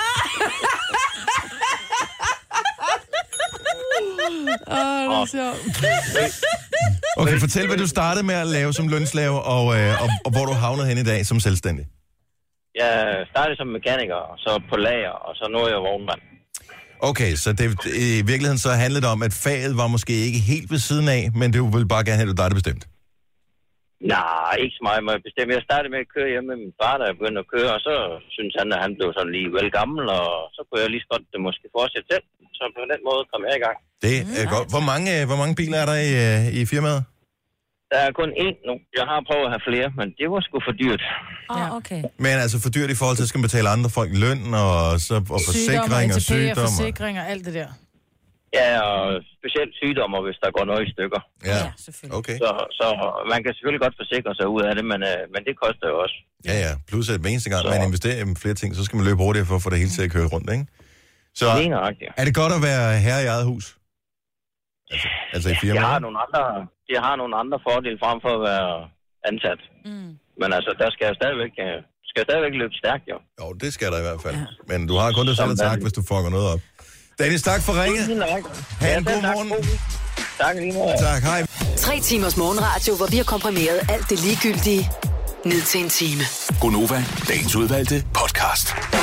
Speaker 3: Åh, det er sjovt.
Speaker 1: Okay, fortæl, hvad du startede med at lave som lønslave, og, øh, og, og hvor du havnede hen i dag som selvstændig.
Speaker 9: Jeg startede som mekaniker, og så på lager, og så nu er jeg vognmand.
Speaker 1: Okay, så det, i virkeligheden så handlede det om, at faget var måske ikke helt ved siden af, men det ville bare gerne have, at dig, der bestemt.
Speaker 9: Nej, ikke så meget må jeg bestemme. Jeg startede med at køre hjemme med min far, da jeg begyndte at køre, og så synes han, at han blev sådan lige vel gammel, og så kunne jeg lige så godt det måske fortsætte selv. Så på den måde kom jeg i gang.
Speaker 1: Det er godt. Hvor mange, hvor mange biler er der i, øh, i firmaet?
Speaker 9: Der er kun én nu. Jeg har prøvet at have flere, men det var sgu for dyrt.
Speaker 2: Åh, oh, okay.
Speaker 1: Men altså for dyrt i forhold til, at skal man betale andre folk løn, og, så, og forsikring og
Speaker 4: Sygdom,
Speaker 1: sygdom. Og...
Speaker 4: forsikring og alt det der.
Speaker 9: Ja, og specielt sygdomme, hvis der går noget i stykker.
Speaker 1: Ja,
Speaker 2: Ja, selvfølgelig.
Speaker 1: okay.
Speaker 9: Så, så man kan selvfølgelig godt forsikre sig ud af det, men, øh, men det koster jo også.
Speaker 1: Ja, ja. Plus at hver eneste gang,
Speaker 9: Så-
Speaker 1: man investerer i flere ting, så skal man løbe hurtigere for at få det hele til at køre rundt, ikke? Så
Speaker 9: Lige nøjagtigt.
Speaker 1: er det godt at være herre i eget hus? Altså, altså i
Speaker 9: Jeg
Speaker 1: firmaet?
Speaker 9: har nogle andre, jeg har nogle andre fordele frem for at være ansat.
Speaker 2: Mm.
Speaker 9: Men altså, der skal jeg stadigvæk, øh, skal jeg stadigvæk løbe stærkt, jo.
Speaker 1: Jo, det skal der i hvert fald. Men du har kun dig selv at
Speaker 9: Som
Speaker 1: takke, hvis du fucker noget op. Dennis, tak for ringet. Ha' en god morgen.
Speaker 9: Tak lige måde.
Speaker 1: Tak, hej.
Speaker 5: Tre timers morgenradio, hvor vi har komprimeret alt det ligegyldige ned til en time.
Speaker 6: Gonova, dagens udvalgte podcast.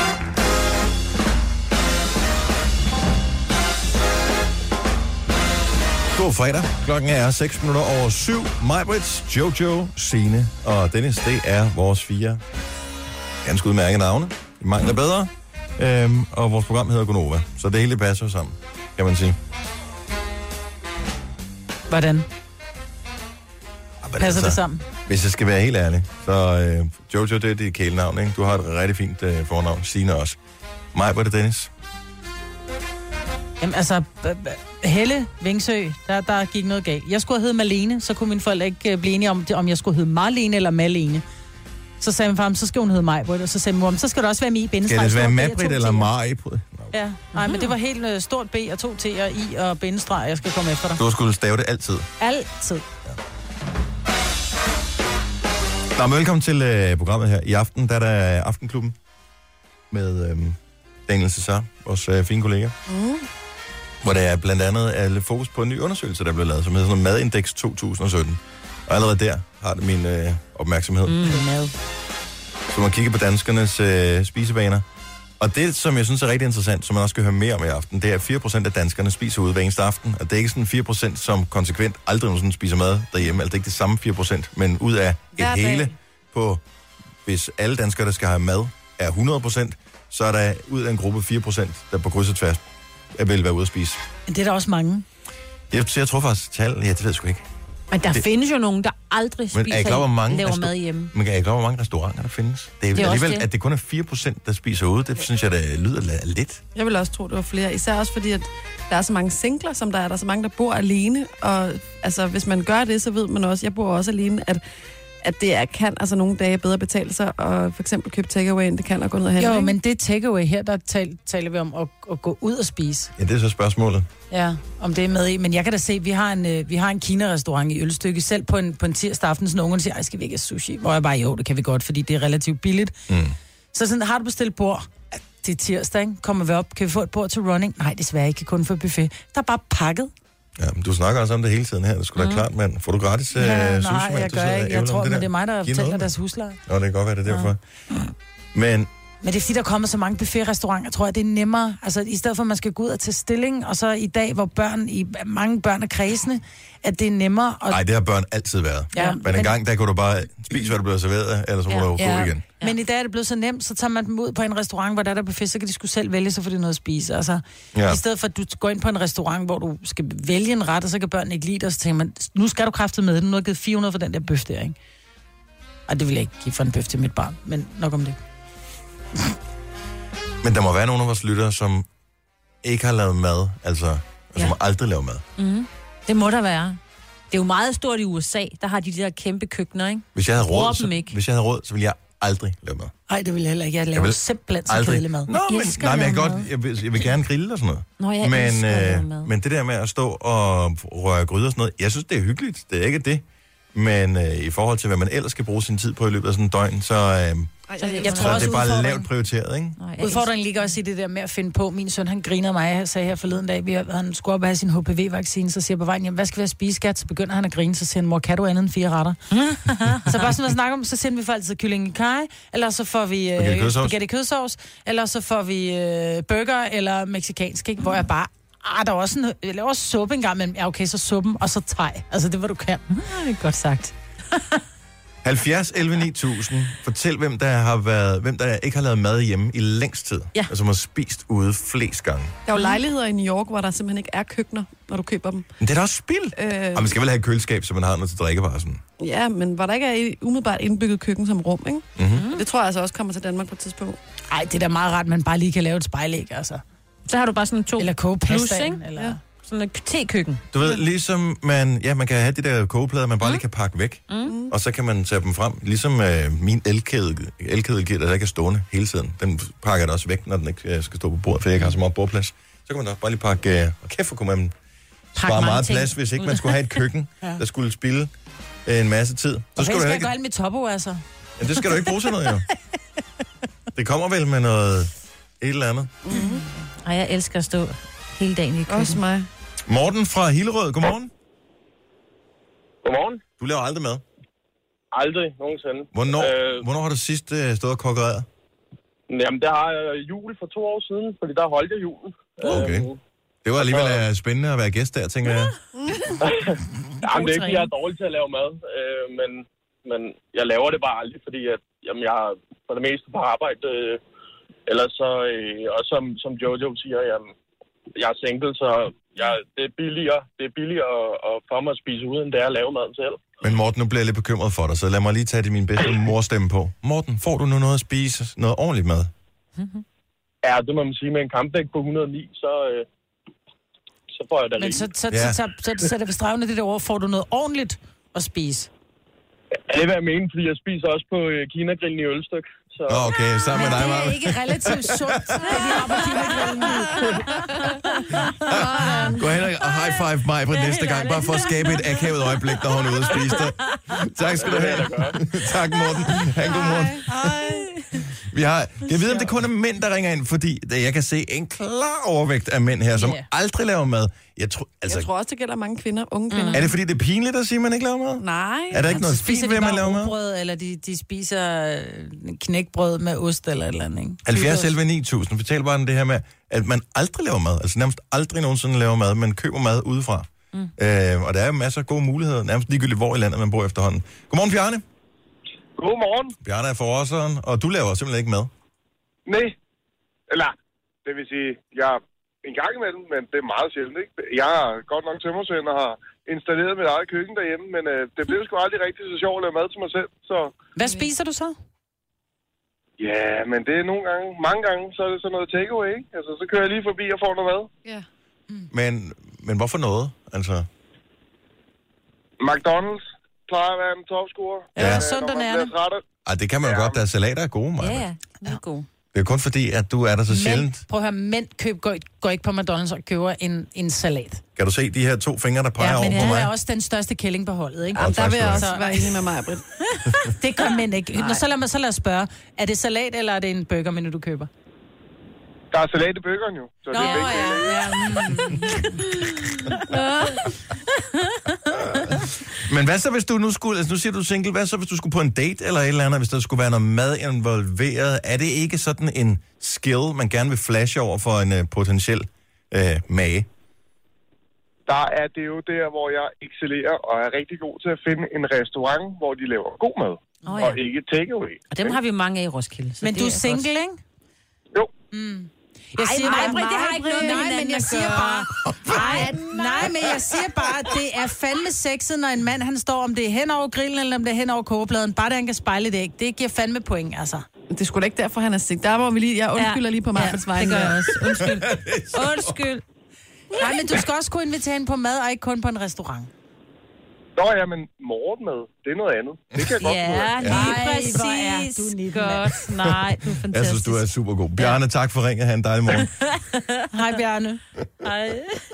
Speaker 1: God fredag. Klokken er seks minutter over syv. Majbrits, Jojo, Signe og Dennis, det er vores fire ganske udmærkede navne. De mangler bedre. Øhm, og vores program hedder Gonova. Så det hele passer sammen, kan man sige.
Speaker 4: Hvordan?
Speaker 1: Ah, men
Speaker 4: Passer det sammen?
Speaker 1: Hvis jeg skal være helt ærlig, så øh, Jojo, det er dit kælenavn, ikke? Du har et rigtig fint øh, fornavn. Signe også. Majbrit og Dennis.
Speaker 4: Jamen altså, b- b- Helle Vingsø, der, der gik noget galt. Jeg skulle hedde Malene, så kunne mine forældre ikke øh, blive enige om, det, om jeg skulle hedde Marlene eller Malene. Så sagde min far, så skal hun hedde Majbrit, og så sagde min mor, så skal det også være mi, bindestreg.
Speaker 1: Skal det være
Speaker 4: stort B og to
Speaker 1: Majbrit eller
Speaker 4: T'er.
Speaker 1: Majbrit?
Speaker 4: Ja, nej, men det var helt øh, stort B og to T'er, I og bindestreg, jeg skal komme efter dig.
Speaker 1: Du skulle stave det altid.
Speaker 4: Altid.
Speaker 1: Nå, men velkommen til øh, programmet her. I aften, der er der Aftenklubben med øh, Daniel Cesar, vores øh, fine kollega. Mm. hvor der er blandt andet er lidt fokus på en ny undersøgelse, der blev lavet, som hedder sådan Madindex to tusind og sytten. Og allerede der har det min øh, opmærksomhed.
Speaker 2: Mm, mad.
Speaker 1: Så man kigger på danskernes øh, spisevaner. Og det, som jeg synes er rigtig interessant, som man også skal høre mere om i aften, det er, at fire procent af danskerne spiser ude hver eneste aften. Og det er ikke sådan fire procent, som konsekvent aldrig nogensinde spiser mad derhjemme. Altså det er ikke det samme fire procent, men ud af et
Speaker 3: Hver
Speaker 1: hele
Speaker 3: dag.
Speaker 1: på, hvis alle danskere, der skal have mad, er hundrede procent, så er der ud af en gruppe fire procent, der på kryds og tværs vil være ude at spise.
Speaker 4: Men det er der også mange.
Speaker 1: Jeg, jeg tror faktisk, tal, ja, det ved jeg sgu ikke.
Speaker 2: Men der
Speaker 1: Det-
Speaker 2: det... findes jo nogen, der aldrig
Speaker 1: Men er I
Speaker 2: spiser,
Speaker 1: klar, hvor mange
Speaker 2: laver
Speaker 1: resta-
Speaker 2: mad hjemme.
Speaker 1: Men er I klar, hvor mange restauranter der findes? Det er,
Speaker 2: Det
Speaker 1: det
Speaker 2: er
Speaker 1: er
Speaker 2: også
Speaker 1: alligevel,
Speaker 2: det.
Speaker 1: at det kun er fire procent, der spiser ude. Det synes jeg, der lyder la- lidt.
Speaker 3: Jeg vil også tro, det var flere. Især også fordi, at der er så mange singler, som der er. Der er så mange, der bor alene. Og altså, hvis man gør det, så ved man også, jeg bor også alene, at, at det er, kan altså nogle dage bedre betale sig, og for eksempel købe takeaway, end det kan at gå ned og handle.
Speaker 4: Jo,
Speaker 3: ikke?
Speaker 4: men det takeaway her, der tal, taler vi om at, at gå ud og spise.
Speaker 1: Ja, det er så spørgsmålet.
Speaker 4: Ja, om det er med i. Men jeg kan da se, vi har en, øh, vi har en Kina-restaurant i Ølstykke. Selv på en, på en tirsdag aften, sådan ungerne siger, ej, skal vi ikke have sushi? Hvor jeg bare, jo, det kan vi godt, fordi det er relativt billigt.
Speaker 1: Mm.
Speaker 4: Så sådan, har du bestilt bord? Det er tirsdag, ikke? Kommer vi op? Kan vi få et bord til running? Nej, desværre ikke. Kun for buffet. Der er bare pakket.
Speaker 1: Ja, men du snakker også om det hele tiden her. Det skulle da mm. klart, mand. Får du gratis uh,
Speaker 4: Ja,
Speaker 1: sushi?
Speaker 4: nej,
Speaker 1: mand,
Speaker 4: jeg
Speaker 1: du
Speaker 4: gør
Speaker 1: sidder
Speaker 4: ikke.
Speaker 1: og
Speaker 4: Jeg
Speaker 1: ævler
Speaker 4: tror,
Speaker 1: om
Speaker 4: men
Speaker 1: der?
Speaker 4: det er mig, der
Speaker 1: Giv
Speaker 4: betaler
Speaker 1: noget,
Speaker 4: deres husleje.
Speaker 1: Nå, det kan godt være, det er derfor. Ja. Men
Speaker 4: Men det er fordi, der kommer så mange buffetrestauranter, tror jeg, det er nemmere. Altså, i stedet for, at man skal gå ud og tage stilling, og så i dag, hvor børn, i, mange børn er kredsende, at det er nemmere. Og...
Speaker 1: nej, det har børn altid været.
Speaker 4: Ja,
Speaker 1: men en gang, der kunne du bare spise, hvad der blev serveret, eller så må
Speaker 2: Ja.
Speaker 1: du jo gå
Speaker 4: Ja.
Speaker 1: igen.
Speaker 4: Ja. Men i dag er det blevet så nemt, så tager man dem ud på en restaurant, hvor der er der buffet, så kan de sgu selv vælge, så får de noget at spise. Altså,
Speaker 1: Ja.
Speaker 4: ja. I stedet for, at du går ind på en restaurant, hvor du skal vælge en ret, og så kan børnene ikke lide det, og så tænker man, nu skal du kræfte med den. Nu har jeg givet fire hundrede for den der bøf der, ikke? Og det vil jeg ikke give for en bøf til mit barn, men nok om det.
Speaker 1: Men der må være nogle af vores lyttere, som ikke har lavet mad, altså, ja. som aldrig laver mad.
Speaker 2: Mm. Det må der være. Det er jo meget stort i U S A. Der har de de der kæmpe køkkener, ikke?
Speaker 1: Hvis jeg havde
Speaker 2: Bruger
Speaker 1: råd,
Speaker 2: dem
Speaker 1: så,
Speaker 2: ikke.
Speaker 1: hvis jeg havde råd, så ville jeg aldrig lave mad.
Speaker 4: Nej, det vil jeg heller ikke. Jeg laver
Speaker 1: Jeg vil
Speaker 4: simpelthen så
Speaker 1: aldrig.
Speaker 4: kedelig mad.
Speaker 1: Nå, men,
Speaker 2: elsker
Speaker 1: nej, men jeg,
Speaker 2: at
Speaker 1: kan
Speaker 2: lave
Speaker 1: godt,
Speaker 2: mad.
Speaker 1: jeg, vil, jeg vil gerne grille og sådan noget.
Speaker 2: Nå, jeg
Speaker 1: men,
Speaker 2: elsker at lave
Speaker 1: øh,
Speaker 2: mad.
Speaker 1: men det der med at stå og røre gryder og sådan noget, jeg synes, det er hyggeligt. Det er ikke det. Men øh, i forhold til, hvad man ellers skal bruge sin tid på i løbet af sådan en døgn, så, øh,
Speaker 3: Ej,
Speaker 2: Så jeg
Speaker 3: jeg
Speaker 1: så
Speaker 2: tror
Speaker 1: er
Speaker 2: også
Speaker 1: det bare
Speaker 4: udfordringen-
Speaker 1: lavt prioriteret, ikke?
Speaker 2: Nå, jeg
Speaker 4: Udfordringen ligger også i det der med at finde på. Min søn, han griner mig. Jeg sagde her forleden dag, vi har- han skulle op og have sin H P V-vaccine, så siger jeg på vejen, jamen, hvad skal vi have spise, skat? Så begynder han at grine, så siger han, mor, kan du andet end fire retter? Så bare sådan at snakke om, så sender vi for altid kylling i kaj, eller så får vi øh,
Speaker 1: Spaghetti kødsovs.
Speaker 4: spaghetti kødsovs, eller så får vi øh, burger eller mexicansk, ikke? Hvor jeg bare, ah, der er også en, jeg laver også suppe engang, men ja, okay, så suppen, og så thai. Altså, det er, hvad du kan.
Speaker 2: det er godt sagt.
Speaker 1: halvfjerds elleve ni tusind. Fortæl, hvem der har været, hvem der ikke har lavet mad hjemme i længst tid.
Speaker 2: Ja.
Speaker 1: Altså, som har spist ude flest gange.
Speaker 3: Der er jo lejligheder i New York, hvor der simpelthen ikke er køkkener, når du køber dem.
Speaker 1: Men det er da også spild.
Speaker 3: Øh,
Speaker 1: Og man skal vel have et køleskab, så man har noget til drikkevarer sådan.
Speaker 3: ja, men hvor der ikke er et umiddelbart indbygget køkken som rum, ikke?
Speaker 1: Mm-hmm.
Speaker 3: Det tror jeg altså også kommer til Danmark på et tidspunkt.
Speaker 4: Ej, det er da meget rart, man bare lige kan lave et spejlæg, altså.
Speaker 2: Så har du bare sådan to
Speaker 4: Eller koge
Speaker 2: plus,
Speaker 4: pastaen,
Speaker 2: ikke?
Speaker 4: eller...
Speaker 3: Ja.
Speaker 2: Sådan et tekøkken.
Speaker 1: Du ved, ligesom man, ja, man kan have de der kogeplader, man bare mm. lige kan pakke væk. Mm. Og så kan man tage dem frem. Ligesom øh, min elkæde, elkædegear, der ikke er stående hele tiden. Den pakker jeg da også væk, når den ikke øh, skal stå på bordet, for jeg ikke har så meget bordplads. Så kan man da bare lige pakke, øh, og kæft, hvor kunne man spare
Speaker 2: mange
Speaker 1: meget
Speaker 2: ting
Speaker 1: plads, hvis ikke man skulle have et køkken,
Speaker 4: Ja.
Speaker 1: der skulle spilde øh, en masse tid. Så
Speaker 4: Og
Speaker 1: skal
Speaker 4: skal
Speaker 1: du
Speaker 4: jeg
Speaker 1: ikke,
Speaker 4: gøre alt mit toppo, altså.
Speaker 1: ja, det skal du ikke bruge til noget, jo. Det kommer vel med noget, et eller andet.
Speaker 3: Mm-hmm.
Speaker 2: Ej, jeg elsker at stå hele dagen i køkken.
Speaker 3: Også mig.
Speaker 1: Morten fra Hillerød, godmorgen.
Speaker 8: Godmorgen.
Speaker 1: Du laver aldrig mad.
Speaker 8: Aldrig nogensinde.
Speaker 1: Hvornår, øh,
Speaker 8: Øh,
Speaker 1: hvornår har du sidst øh, stået og kokkereret?
Speaker 8: Jamen, der har jeg jul for to år siden, fordi der holdt jeg julen.
Speaker 1: Okay.
Speaker 8: Øh,
Speaker 1: Det var alligevel øh, spændende at være gæst der, tænker jeg.
Speaker 8: jamen, det er ikke, fordi jeg er dårlig til at lave mad, øh, men, men jeg laver det bare aldrig, fordi at, jamen, jeg er for det meste på arbejde. Øh, ellers så, øh, og som, som Jojo siger, jamen, jeg er single, så jeg, det er billigere, det er billigere at, at for mig at spise ud, end det er at lave maden selv.
Speaker 1: Men Morten, nu bliver jeg lidt bekymret for dig, så lad mig lige tage det min bedste morstemme på. Morten, får du nu noget at spise? Noget ordentligt mad?
Speaker 8: Ja, det må man sige, med en kampvægt på et hundrede og ni, så, øh, så får jeg da
Speaker 4: Men
Speaker 8: rigeligt.
Speaker 4: så, så,
Speaker 1: Ja.
Speaker 4: så, så, så, så er det bestrævende det der ord, får du noget ordentligt at spise.
Speaker 8: Ja, det er, hvad jeg mener, fordi jeg spiser også på øh, Kina-grillen i Ølstykke. Så...
Speaker 1: Nå, okay, sammen med dig,
Speaker 4: Det er
Speaker 1: Marve.
Speaker 4: ikke relativt sundt, at vi har på Kina-grillen.
Speaker 1: Gå hen og high five mig på næste gang, bare for at skabe et akavet øjeblik, når hun er ude og spise det. Tak skal du have. Tak, Morten. Ha' en god morgen. Vi har, jeg ved, om det kun er mænd, der ringer ind, fordi jeg kan se en klar overvægt af mænd her, som yeah. aldrig laver mad. Jeg, tro, altså,
Speaker 3: jeg tror også, det gælder mange kvinder, unge kvinder.
Speaker 1: Mm. Er det, fordi det er pinligt at sige, at man ikke laver mad?
Speaker 3: Nej.
Speaker 1: Er der ikke noget fint ved, at man laver mad?
Speaker 4: Brød, eller de, de spiser knækbrød med ost eller et eller andet, ikke?
Speaker 1: halvfjerds elleve ni tusind. Fortæl bare det her med, at man aldrig laver mad. Altså nærmest aldrig nogensinde laver mad. Man køber mad udefra. Mm. Øh, og der er masser af gode muligheder. Nærmest ligegyldigt, hvor i landet man bor efterhånden. Godmorgen, Bjarne.
Speaker 7: Godmorgen.
Speaker 1: Bjarne er forårseren, og du laver simpelthen ikke mad.
Speaker 7: Nej. Eller, det vil sige, jeg en gang imellem, men det er meget sjældent, ikke? Jeg har godt nok tømmersvend og har installeret mit eget køkken derhjemme, men øh, det blev sgu aldrig rigtig så sjovt at lave mad til mig selv, så...
Speaker 4: Hvad spiser du så?
Speaker 7: Ja, men det er nogle gange, mange gange, så er det sådan noget takeaway, ikke? Altså, så kører jeg lige forbi og får noget mad.
Speaker 3: Ja.
Speaker 1: Mm. Men, men hvorfor noget, altså?
Speaker 7: McDonald's plejer at være en topscorer.
Speaker 4: Ja, ja. Sundt og nærende.
Speaker 1: Ej, det kan man jo ja. godt, der salater er gode, Maja.
Speaker 2: Ja, ja, det er gode.
Speaker 1: Det er kun fordi, at du er der så
Speaker 4: mænd,
Speaker 1: sjældent.
Speaker 4: Prøv at høre, mænd køb, går, går ikke på McDonald's og køber en, en salat.
Speaker 1: Kan du se de her to fingre, der peger
Speaker 4: ja,
Speaker 1: over på mig?
Speaker 4: Ja, men jeg er også den største kælling på holdet, ikke?
Speaker 3: Jamen, der vil jeg også være enig med mig, Britt.
Speaker 4: Det gør mænd ikke. Nå, så lad mig så lad os spørge. Er det salat, eller er det en burgermenu, du køber?
Speaker 7: Der er salat i burgeren jo. Så
Speaker 4: Nå,
Speaker 7: det er begge
Speaker 4: ja, ja.
Speaker 1: Mm. Men hvad så, hvis du nu skulle... Altså, nu siger du single. Hvad så, hvis du skulle på en date eller et eller andet, hvis der skulle være noget mad involveret? Er det ikke sådan en skill, man gerne vil flashe over for en uh, potentiel uh, mage?
Speaker 7: Der er det jo der, hvor jeg excellerer og er rigtig god til at finde en restaurant, hvor de laver god mad. Oh, ja. Og ikke takeaway.
Speaker 2: Og dem har vi mange af i Roskilde.
Speaker 4: Men du er single, godt. Ikke?
Speaker 7: Jo.
Speaker 4: Mm. Jeg siger,
Speaker 2: Ej,
Speaker 4: nej,
Speaker 2: Britt, det har ikke noget med
Speaker 4: nej,
Speaker 2: hinanden
Speaker 4: men jeg
Speaker 2: at
Speaker 4: siger
Speaker 2: gøre.
Speaker 4: bare, nej, nej, men jeg siger bare, at det er fandme sexet, når en mand, han står, om det er hen over grillen, eller om det er hen over kogepladen, bare det, han kan spejle det ikke. Det giver fandme point, altså.
Speaker 3: Det er sgu da ikke derfor, han er sikker. Der var vi lige, jeg undskylder ja. lige på Markets vej.
Speaker 2: Det gør jeg også. Undskyld. Undskyld.
Speaker 4: Nej, men du skal også kunne invitere hende på mad, og ikke kun på en restaurant.
Speaker 7: Nå ja, men morgenmad, det er noget andet. Det kan jeg godt
Speaker 2: ja,
Speaker 7: finde
Speaker 2: lige præcis. Du er godt. Nej, du er fantastisk.
Speaker 1: Jeg synes, du er super god. Bjarne, tak for ringet. Ha' en dejlig morgen.
Speaker 4: Hej, Bjarne.
Speaker 2: Hej.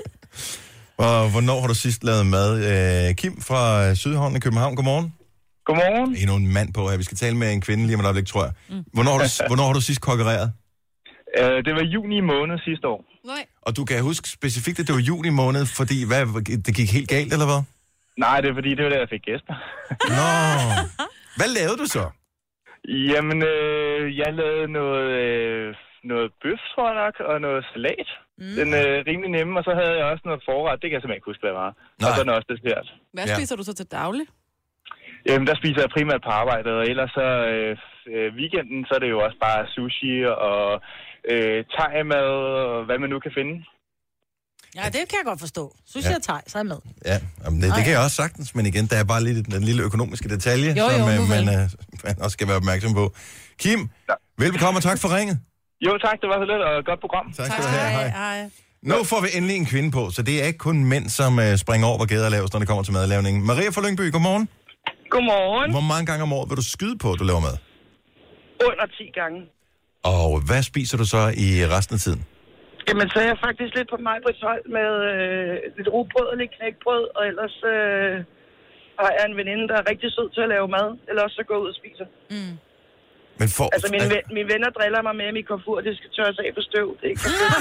Speaker 1: Og hvornår har du sidst lavet mad? Øh, Kim fra Sydhavnen i København, godmorgen.
Speaker 7: Godmorgen.
Speaker 1: Endnu en mand på her. Vi skal tale med en kvinde lige om et øjeblik, tror jeg. Hvornår har du, hvornår har du sidst kokkereret?
Speaker 10: Uh, det var juni måned sidste år.
Speaker 3: Nej.
Speaker 1: Og du kan huske specifikt, at det var juni måned, fordi hvad, det gik helt galt, eller hvad?
Speaker 10: Nej, det er fordi, det var der, jeg fik gæster.
Speaker 1: Nå. Hvad lavede du så?
Speaker 10: Jamen, øh, jeg lavede noget, øh, noget bøf, tror jeg nok, og noget salat. Mm. Den er øh, rimelig nemme, og så havde jeg også noget forret. Det kan jeg simpelthen ikke huske, hvad det var. Nej. Og så er den også dessert.
Speaker 3: Hvad spiser ja. du så til daglig?
Speaker 10: Jamen, der spiser jeg primært på arbejdet, og ellers så øh, øh, weekenden, så er det jo også bare sushi og øh, thai-mad, og hvad man nu kan finde.
Speaker 4: Ja, det kan jeg godt forstå. Sushi ja. og thai, så er jeg med.
Speaker 1: Ja, jamen det, det kan jeg også sagtens, men igen, der er bare lidt den lille økonomiske detalje,
Speaker 4: jo, jo,
Speaker 1: som uh, man,
Speaker 4: uh,
Speaker 1: man også skal være opmærksom på. Kim, ja. velbekomme og tak for ringet.
Speaker 10: Jo, tak, det var så lidt og et godt program.
Speaker 1: Tak skal du have.
Speaker 4: Hej. Hej.
Speaker 1: Nu får vi endelig en kvinde på, så det er ikke kun mænd, som uh, springer over, hvor gader laves, når det kommer til madlavningen. Maria fra Lyngby, godmorgen.
Speaker 11: Godmorgen.
Speaker 1: Hvor mange gange om året vil du skyde på, at du laver mad?
Speaker 11: Under ti gange.
Speaker 1: Og hvad spiser du så i resten af tiden?
Speaker 11: Jamen, så er jeg faktisk lidt på mig på et hold med øh, lidt rugbrød og lidt knækbrød, og ellers øh, har jeg en veninde, der er rigtig sød til at lave mad, eller også så går ud og spiser. Mm.
Speaker 1: Men for...
Speaker 11: Altså, mine, ven, mine venner driller mig med, at mit komfur, det skal tørres af for støv. Det er ikke for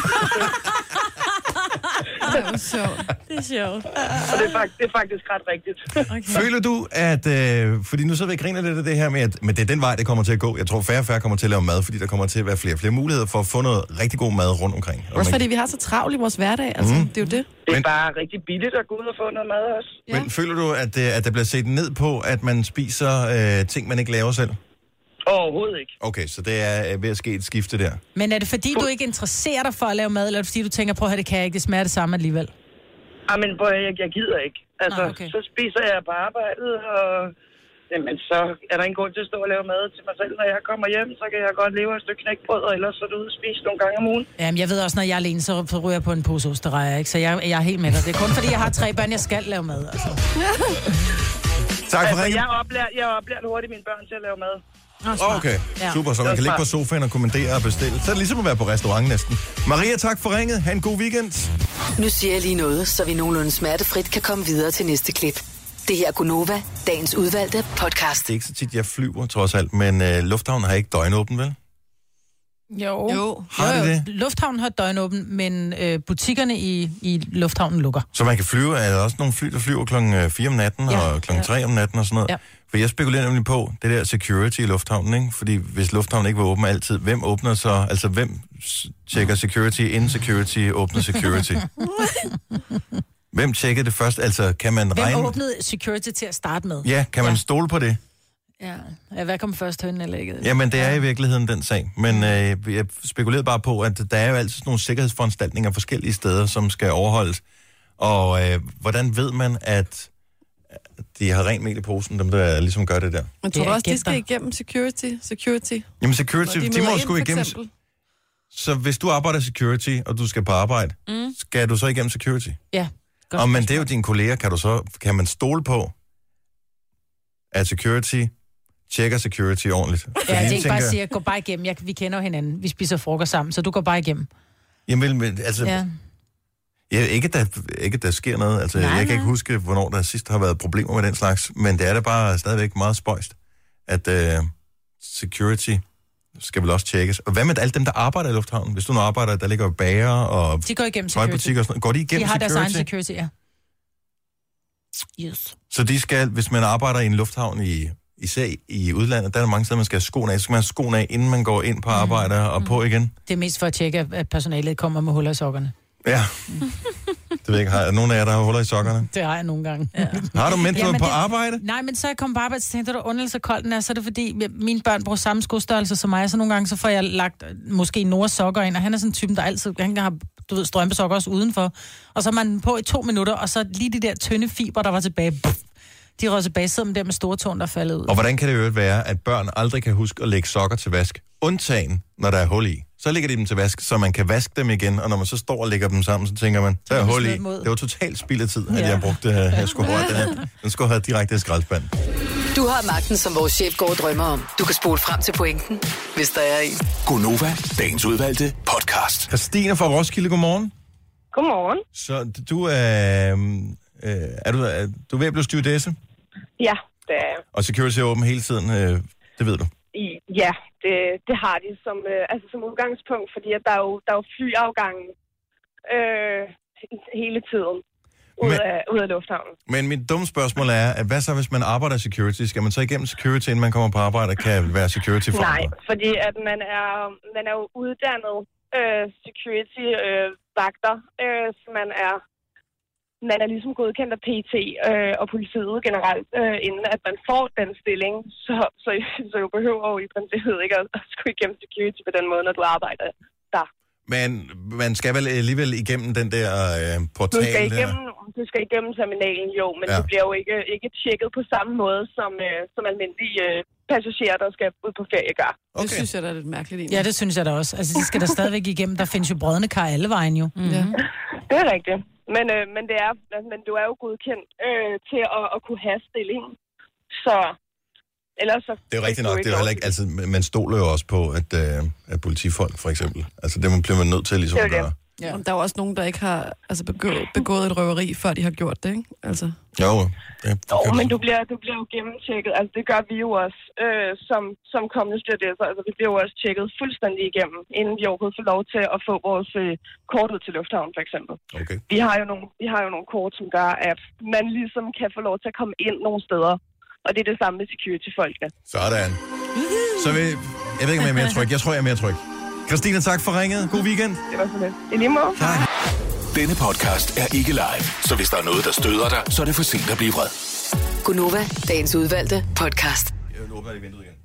Speaker 3: Det er sjovt.
Speaker 2: Det er sjovt.
Speaker 11: Og det er, faktisk, det er faktisk ret rigtigt.
Speaker 1: Okay. Føler du, at... Øh, fordi nu så vi griner lidt af det her med, at men det er den vej, det kommer til at gå. Jeg tror, færre og færre kommer til at lave mad, fordi der kommer til at være flere og flere muligheder for at få noget rigtig god mad rundt omkring.
Speaker 3: Også fordi vi har så travlt i vores hverdag. Altså, mm. det er jo det.
Speaker 11: Det er men, bare rigtig billigt at gå ud og få noget mad også.
Speaker 1: Ja. Men føler du, at, at der bliver set ned på, at man spiser øh, ting, man ikke laver selv?
Speaker 11: Overhovedet ikke.
Speaker 1: Okay, så det er ved at ske et skifte der.
Speaker 4: Men er det fordi, du ikke interesserer dig for at lave mad, eller er det fordi, du tænker, prøv at det kan jeg ikke, det smager det samme alligevel?
Speaker 11: Jamen, jeg, jeg gider ikke. Altså,
Speaker 4: Nå, okay.
Speaker 11: Så spiser jeg på arbejdet, og jamen, så er der en grund til at stå og lave mad til mig selv. Når jeg kommer hjem, så kan jeg godt leve et stykke knækbrød, og ellers så er du ude og spise nogle gange om ugen.
Speaker 4: Jamen, jeg ved også, når jeg er alene, så ryger jeg på en pose osterejer, ikke? Så jeg, jeg er helt med dig. Det er kun fordi, jeg har tre børn, jeg skal lave mad, altså.
Speaker 1: Tak for
Speaker 11: altså,
Speaker 1: ringen.
Speaker 11: jeg oplærer, jeg oplærer hurtigt mine børn til at lave mad.
Speaker 1: Oh, okay, ja. Super, så man kan ligge på sofaen og kommandere og bestille. Så er det ligesom at være på restaurant næsten. Maria, tak for ringet. Ha' en god weekend.
Speaker 5: Nu siger jeg lige noget, så vi nogenlunde smertefrit kan komme videre til næste klip. Det her er Gunova, dagens udvalgte podcast.
Speaker 1: Det er ikke så tit, jeg flyver trods alt, men øh, lufthavnen har ikke døgnåben, vel?
Speaker 4: Jo.
Speaker 3: jo.
Speaker 1: Har de det?
Speaker 4: Lufthavnen har døgnåben, men øh, butikkerne i, i lufthavnen lukker.
Speaker 1: Så man kan flyve, er der også nogle fly, der flyver klokken fire om natten
Speaker 4: Ja.
Speaker 1: og klokken tre om natten og sådan noget?
Speaker 4: Ja.
Speaker 1: For jeg spekulerer nemlig på det der security i lufthavnen, ikke? Fordi hvis lufthavnen ikke var åben altid, hvem åbner så, altså hvem s- tjekker security, inden security åbner security? Hvem tjekker det først? Altså, kan man
Speaker 4: Hvem
Speaker 1: regne...
Speaker 4: åbnede security til at starte med?
Speaker 1: Ja, kan man
Speaker 4: Ja.
Speaker 1: stole på det?
Speaker 4: Ja. ja hvad kom først, hønnen eller ægget?
Speaker 1: Jamen, det er i virkeligheden den sag. Men øh, jeg spekulerede bare på, at der er jo altid sådan nogle sikkerhedsforanstaltninger forskellige steder, som skal overholdes. Og øh, hvordan ved man, at de har rent mel i posen, dem der ligesom gør det der?
Speaker 3: Men tror du også, de skal igennem security? Security?
Speaker 1: Jamen, security,
Speaker 3: Hvor
Speaker 1: de,
Speaker 3: de
Speaker 1: de må
Speaker 3: møder
Speaker 1: sgu
Speaker 3: ind, for
Speaker 1: igennem...
Speaker 3: eksempel.
Speaker 1: Så hvis du arbejder security, og du skal på arbejde, mm. skal du så igennem security?
Speaker 4: Ja.
Speaker 1: Og men det er jo dine kolleger, kan du så, kan man stole på, at security tjekker security ordentligt?
Speaker 4: Ja, det er ikke bare at sige, gå bare igennem. Jeg, vi kender jo hinanden. Vi spiser frokost sammen, så du går bare igennem.
Speaker 1: Jamen, men, altså...
Speaker 4: Ja.
Speaker 1: Ja, ikke, at der, ikke at der sker noget. Altså,
Speaker 4: Nej,
Speaker 1: jeg kan
Speaker 4: nej.
Speaker 1: ikke huske, hvornår der sidst har været problemer med den slags, men det er da bare stadigvæk meget spøjst, at uh, security skal vel også tjekkes. Og hvad med alle dem, der arbejder i lufthavnen? Hvis du nu arbejder, der ligger bager og
Speaker 4: De går igennem security.
Speaker 1: tøjbutikker og sådan noget. Går de igennem
Speaker 4: De har
Speaker 1: security?
Speaker 4: deres egen security, ja. Yes.
Speaker 1: Så de skal, hvis man arbejder i en lufthavn i, især i udlandet, der er der mange steder, man skal have skoene af. Så skal man have skoene af, inden man går ind på arbejde mm. og
Speaker 4: Mm.
Speaker 1: på igen.
Speaker 4: Det er mest for at tjekke, at personalet kommer med huller i sokkerne.
Speaker 1: Ja. Det ved jeg ikke. Har nogen af jer, der har huller i sokkerne?
Speaker 4: Det har jeg nogle gange. Ja.
Speaker 1: Har du mens du er på
Speaker 4: det,
Speaker 1: arbejde?
Speaker 4: Nej, men så jeg kom på arbejde, så tænkte jeg, det var underligt, så kold den er. Så er det fordi, mine børn bruger samme skostørrelse som mig, så nogle gange så får jeg lagt måske Noras sokker ind, og han er sådan en typen, der altid, han har, du ved, strømpesokker også udenfor. Og så er man på i to minutter, og så lige de der tynde fiber, der var tilbage, pff, de rød tilbage, sidder man der med store tårn, der faldet ud.
Speaker 1: Og hvordan kan det jo være, at børn aldrig kan huske at lægge sokker til vask? Undtagen, når der er hul i. Så lægger de dem til vask, så man kan vaske dem igen, og når man så står og lægger dem sammen, så tænker man, der er hul i. Det var totalt spild af tid, at
Speaker 5: Ja.
Speaker 1: jeg brugte, uh, jeg skulle have den her. Den skulle have direkte i skraldespand.
Speaker 5: Du har magten, som vores chef går og drømmer om. Du kan spole frem til pointen, hvis der er en.
Speaker 6: Gonova, dagens udvalgte podcast.
Speaker 1: Christine fra Roskilde, godmorgen.
Speaker 12: Godmorgen.
Speaker 1: Så du er, øh, er, du, er du ved at blive stewardesse?
Speaker 12: Ja, det er jeg.
Speaker 1: Og security er åben hele tiden, øh, det ved du.
Speaker 12: I, ja, det, det har de som, øh, altså som udgangspunkt, fordi at der er jo, der er jo flyafgangen øh, hele tiden ud,
Speaker 1: Men-
Speaker 12: af, ud af lufthavnen.
Speaker 1: Men mit dumme spørgsmål er, at hvad så, hvis man arbejder i security? Skal man så igennem security, inden man kommer på arbejde, og kan være security for
Speaker 12: Nej,
Speaker 1: andre?
Speaker 12: fordi at man er, man er jo uddannet øh, security-vagter, øh, vagter, øh, så man er man er ligesom godkendt af P T øh, og politiet generelt, øh, inden at man får den stilling, så, så, så du behøver jo i princippet ikke at, at skulle igennem security på den måde, når du arbejder der.
Speaker 1: Men man skal vel alligevel igennem den der øh,
Speaker 12: Du
Speaker 1: portal
Speaker 12: skal
Speaker 1: der?
Speaker 12: igennem, du skal igennem terminalen, jo, men
Speaker 1: Ja.
Speaker 12: ja. du bliver jo ikke, ikke tjekket på samme måde, som, øh, som almindelige øh, passagerer, der skal ud på ferie gør.
Speaker 3: Okay. Det synes jeg, der er lidt mærkeligt egentlig.
Speaker 4: Ja, det synes jeg da også. Altså, de skal der stadigvæk igennem. Der findes jo brødne kar alle vejen jo.
Speaker 3: Mm. Ja.
Speaker 12: Det er rigtigt. Men, øh, men, det er, men du er jo godkendt øh, til at, at kunne have stillingen. Så ellers så...
Speaker 1: Det er jo rigtigt
Speaker 12: fik du
Speaker 1: nok, det er jo
Speaker 12: lov
Speaker 1: heller ikke,
Speaker 12: til
Speaker 1: altså, man stoler jo også på, at, øh, at politifolk, for eksempel, altså det bliver man nødt til ligesom
Speaker 3: Det er
Speaker 1: at
Speaker 3: jo
Speaker 1: gøre.
Speaker 3: Ja. Der er jo også nogen, der ikke har altså, begået, begået et røveri, før de har gjort det, ikke? Altså.
Speaker 1: Jo, det,
Speaker 12: Jo, men du bliver, du bliver jo gennemtjekket. Altså, det gør vi jo også øh, som, som kommende stewardesser. Altså, vi bliver jo også tjekket fuldstændig igennem, inden vi overhovedet får lov til at få vores øh, kort ud til lufthavnen, for eksempel.
Speaker 1: Okay.
Speaker 12: Vi har, jo nogle, vi har jo nogle kort, som gør, at man ligesom kan få lov til at komme ind nogle steder. Og det er det samme med security-folkene.
Speaker 1: Sådan. Så vi, jeg ved ikke, om jeg er mere tryg. Jeg tror, jeg er mere tryg. Christine, tak for ringet. God weekend.
Speaker 12: Det var så lidt. I lige måde.
Speaker 1: Tak.
Speaker 6: Denne podcast er ikke live, så hvis der er noget, der støder dig, så er det for sent at blive vred.
Speaker 5: Gonova, dagens udvalgte podcast.
Speaker 1: Jeg vil åbne i vinduet igen.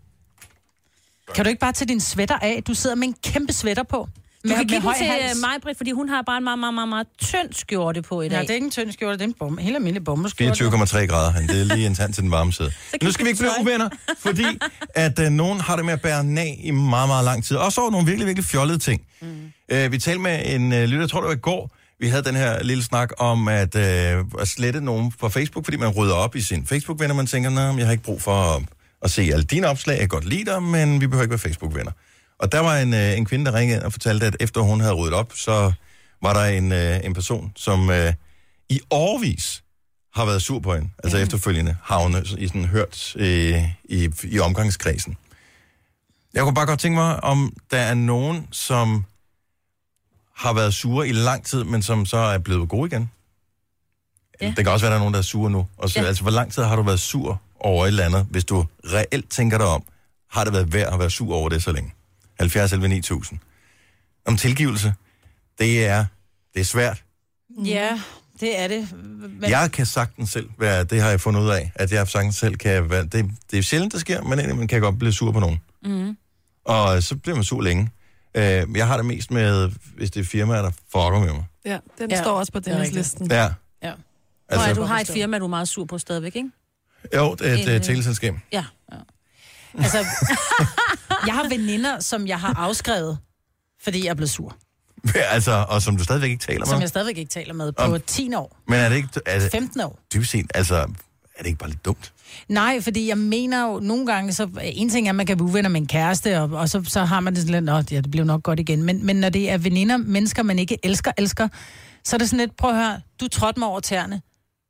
Speaker 4: Kan du ikke bare tage din sweater af? Du sidder med en kæmpe sweater på.
Speaker 2: Du kan give den til
Speaker 4: hals.
Speaker 2: Maj-Brit, fordi hun har bare en meget, meget, meget, meget tynd skjorte på i dag.
Speaker 4: Ja, det er ikke en tynd skjorte, det er en bom, helt almindelig bommeskjorte.
Speaker 1: fireogtyve komma tre grader. Han. Det er lige en tand til den varme side. Nu skal vi ikke blive uvenner, fordi at øh, nogen har det med at bære nag i meget, meget lang tid. Og så nogle virkelig, virkelig fjollede ting. Mm. Øh, vi talte med en øh, lytter, jeg tror det var i går, vi havde den her lille snak om at, øh, at slette nogen på Facebook, fordi man rydder op i sin Facebook-venner. Man tænker, nej, jeg har ikke brug for at, at se alle dine opslag. Jeg kan godt lide dig, men vi behøver ikke være Facebook-venner. Og der var en, øh, en kvinde, der ringede ind og fortalte, at efter hun havde ryddet op, så var der en, øh, en person, som øh, i årevis har været sur på hende. Altså efterfølgende havne i sådan hørt øh, i, i omgangskredsen. Jeg kunne bare godt tænke mig, om der er nogen, som har været sure i lang tid, men som så er blevet gode igen. Ja. Det kan også være, der er nogen, der er sure nu. Og så, ja. Altså, hvor lang tid har du været sur over et eller andet, hvis du reelt tænker dig om, har det været værd at være sur over det så længe? halvfjerds elleve ni tusind. Om tilgivelse, det er, det er svært.
Speaker 4: Ja, det er det. Men...
Speaker 1: Jeg kan sagtens selv være, det har jeg fundet ud af, at jeg sagtens selv kan være, det, det er sjældent, der sker, men man kan godt blive sur på nogen. Mm. Og så bliver man sur længe. Jeg har det mest med, hvis det er firmaer, der fucker med mig.
Speaker 3: Ja, den ja, står også på Dennis listen.
Speaker 1: Ja.
Speaker 2: Ja. Altså, du har et firma, du er meget sur på stadigvæk, ikke?
Speaker 1: Jo, det er et, et teleselskab.
Speaker 2: Ja. ja.
Speaker 4: Altså, jeg har veninder, som jeg har afskrevet, fordi jeg er blevet sur.
Speaker 1: Altså, og som du stadigvæk ikke taler med?
Speaker 4: Som jeg stadigvæk ikke taler med på Om, ti år.
Speaker 1: Men er det ikke... Er det,
Speaker 4: femten år.
Speaker 1: Dybest set, altså, er det ikke bare lidt dumt?
Speaker 4: Nej, fordi jeg mener jo, nogle gange, så en ting er, at man kan være uvenner med en kæreste, og, og så, så har man det sådan lidt, åh, ja, det bliver nok godt igen. Men, men når det er veninder, mennesker, man ikke elsker, elsker, så er det sådan lidt, prøv at høre, du trådte mig over tæerne.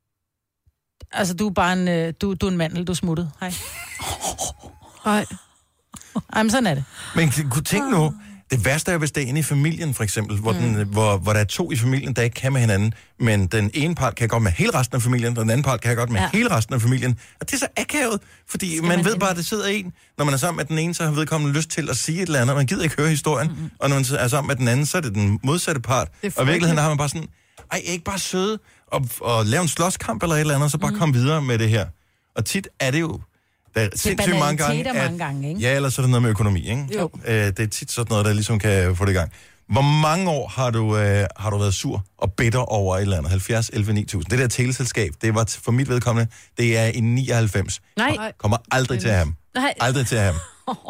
Speaker 4: Altså, du er bare en, du, du er en mandel, du er smuttet. Hej.
Speaker 3: Hej.
Speaker 4: Ej, men sådan er det.
Speaker 1: Men kunne tænke nu, det værste er, hvis det er inde i familien, for eksempel, hvor, mm. den, hvor, hvor der er to i familien, der ikke kan med hinanden, men den ene part kan godt med hele resten af familien, og den anden part kan godt med ja. hele resten af familien. Og det er så akavet, fordi Skal man, man ved bare, at det sidder en. Når man er sammen med den ene, så har vedkommende lyst til at sige et eller andet, og man gider ikke høre historien. Mm-hmm. Og når man er sammen med den anden, så er det den modsatte part. Og i virkeligheden har man bare sådan, ej, ikke bare søde og, og lave en slåskamp eller et eller andet, så bare mm. komme videre med det her. Og tit er det jo der er sindssygt mange gange, at,
Speaker 4: mange gange, ikke?
Speaker 1: Ja, eller så er det noget med økonomi, ikke?
Speaker 3: Jo.
Speaker 1: Øh, det er tit sådan noget, der ligesom kan få det i gang. Hvor mange år har du, øh, har du været sur og bitter over et eller andet? halvfjerds elleve ni tusind. Det der teleselskab, det var for mit vedkommende, det er i nioghalvfems.
Speaker 2: Nej.
Speaker 1: Kommer aldrig til at have ham.
Speaker 2: Nej.
Speaker 1: Aldrig til at have ham.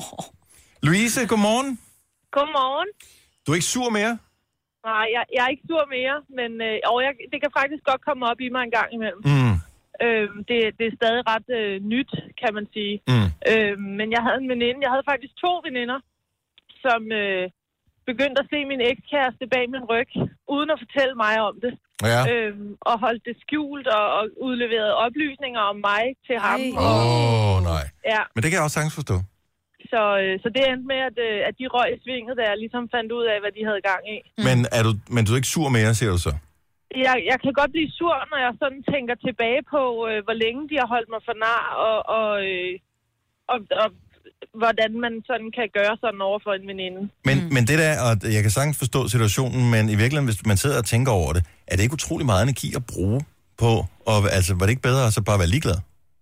Speaker 1: Louise, godmorgen.
Speaker 12: Godmorgen.
Speaker 1: Du er ikke sur mere?
Speaker 12: Nej, jeg, jeg er ikke sur mere, men øh, og jeg, det kan faktisk godt komme op i mig en gang imellem.
Speaker 1: Mm.
Speaker 12: Øh, det, det er stadig ret øh, nyt, kan man sige.
Speaker 1: Mm.
Speaker 12: Øh, men jeg havde en veninde, jeg havde faktisk to veninder, som øh, begyndte at se min ekskæreste bag min ryg, uden at fortælle mig om det.
Speaker 1: Ja.
Speaker 12: Øh, og holdt det skjult og, og udleverede oplysninger om mig til
Speaker 1: Ej.
Speaker 12: ham.
Speaker 1: Åh, oh, nej.
Speaker 12: Ja.
Speaker 1: Men det kan jeg også sagtens forstå.
Speaker 12: Så, øh, så det endte med, at, øh, at de røg i svinget, da jeg ligesom fandt ud af, hvad de havde gang i.
Speaker 1: Mm. Men, er du, men du er ikke sur mere, siger du så?
Speaker 12: Jeg, jeg kan godt blive sur, når jeg sådan tænker tilbage på, øh, hvor længe de har holdt mig for nar, og, og, øh, og, og hvordan man sådan kan gøre sådan over for en veninde.
Speaker 1: Men, mm. men det der, og jeg kan sagtens forstå situationen, men i virkeligheden, hvis man sidder og tænker over det, er det ikke utrolig meget energi at bruge på, og altså, var det ikke bedre at så bare være ligeglad?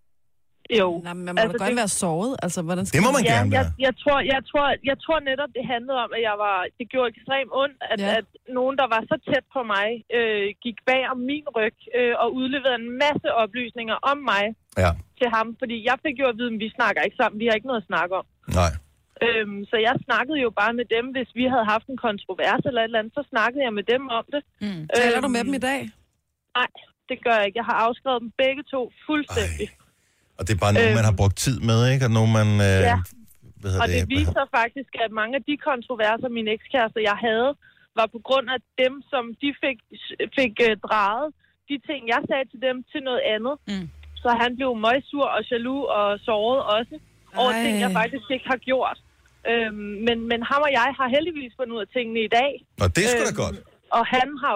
Speaker 12: Jo.
Speaker 3: Nej, men man må altså, da godt det... være såret. Altså, hvordan skal
Speaker 1: det må man
Speaker 12: ja,
Speaker 1: gerne
Speaker 12: jeg,
Speaker 1: være.
Speaker 12: Jeg tror, jeg, tror, jeg tror netop, det handlede om, at jeg var, det gjorde ekstremt ondt, at, ja. at nogen, der var så tæt på mig, øh, gik bag om min ryg øh, og udleverede en masse oplysninger om mig
Speaker 1: ja.
Speaker 12: til ham. Fordi jeg fik jo at vide, at vi snakker ikke sammen. Vi har ikke noget at snakke om.
Speaker 1: Nej.
Speaker 12: Øhm, så jeg snakkede jo bare med dem, hvis vi havde haft en kontrovers eller et eller andet, så snakkede jeg med dem om det.
Speaker 3: Mm. Taler øhm, du med dem i dag?
Speaker 12: Nej, det gør jeg ikke. Jeg har afskrevet dem begge to fuldstændig. Ej.
Speaker 1: Og det er bare nogen, øhm, man har brugt tid med, ikke? Og nogen, man... Øh,
Speaker 12: ja,
Speaker 1: hvad
Speaker 12: og det,
Speaker 1: det
Speaker 12: viser faktisk, at mange af de kontroverser, mine ekskærester, jeg havde, var på grund af dem, som de fik, fik uh, drejet de ting, jeg sagde til dem, til noget andet. Mm. Så han blev møgsur og jaloux og såret også over Ej. ting, jeg faktisk ikke har gjort. Øhm, men, men ham og jeg har heldigvis fundet ud af tingene i dag.
Speaker 1: Og det er sgu da
Speaker 12: øhm,
Speaker 1: godt.
Speaker 12: Og han har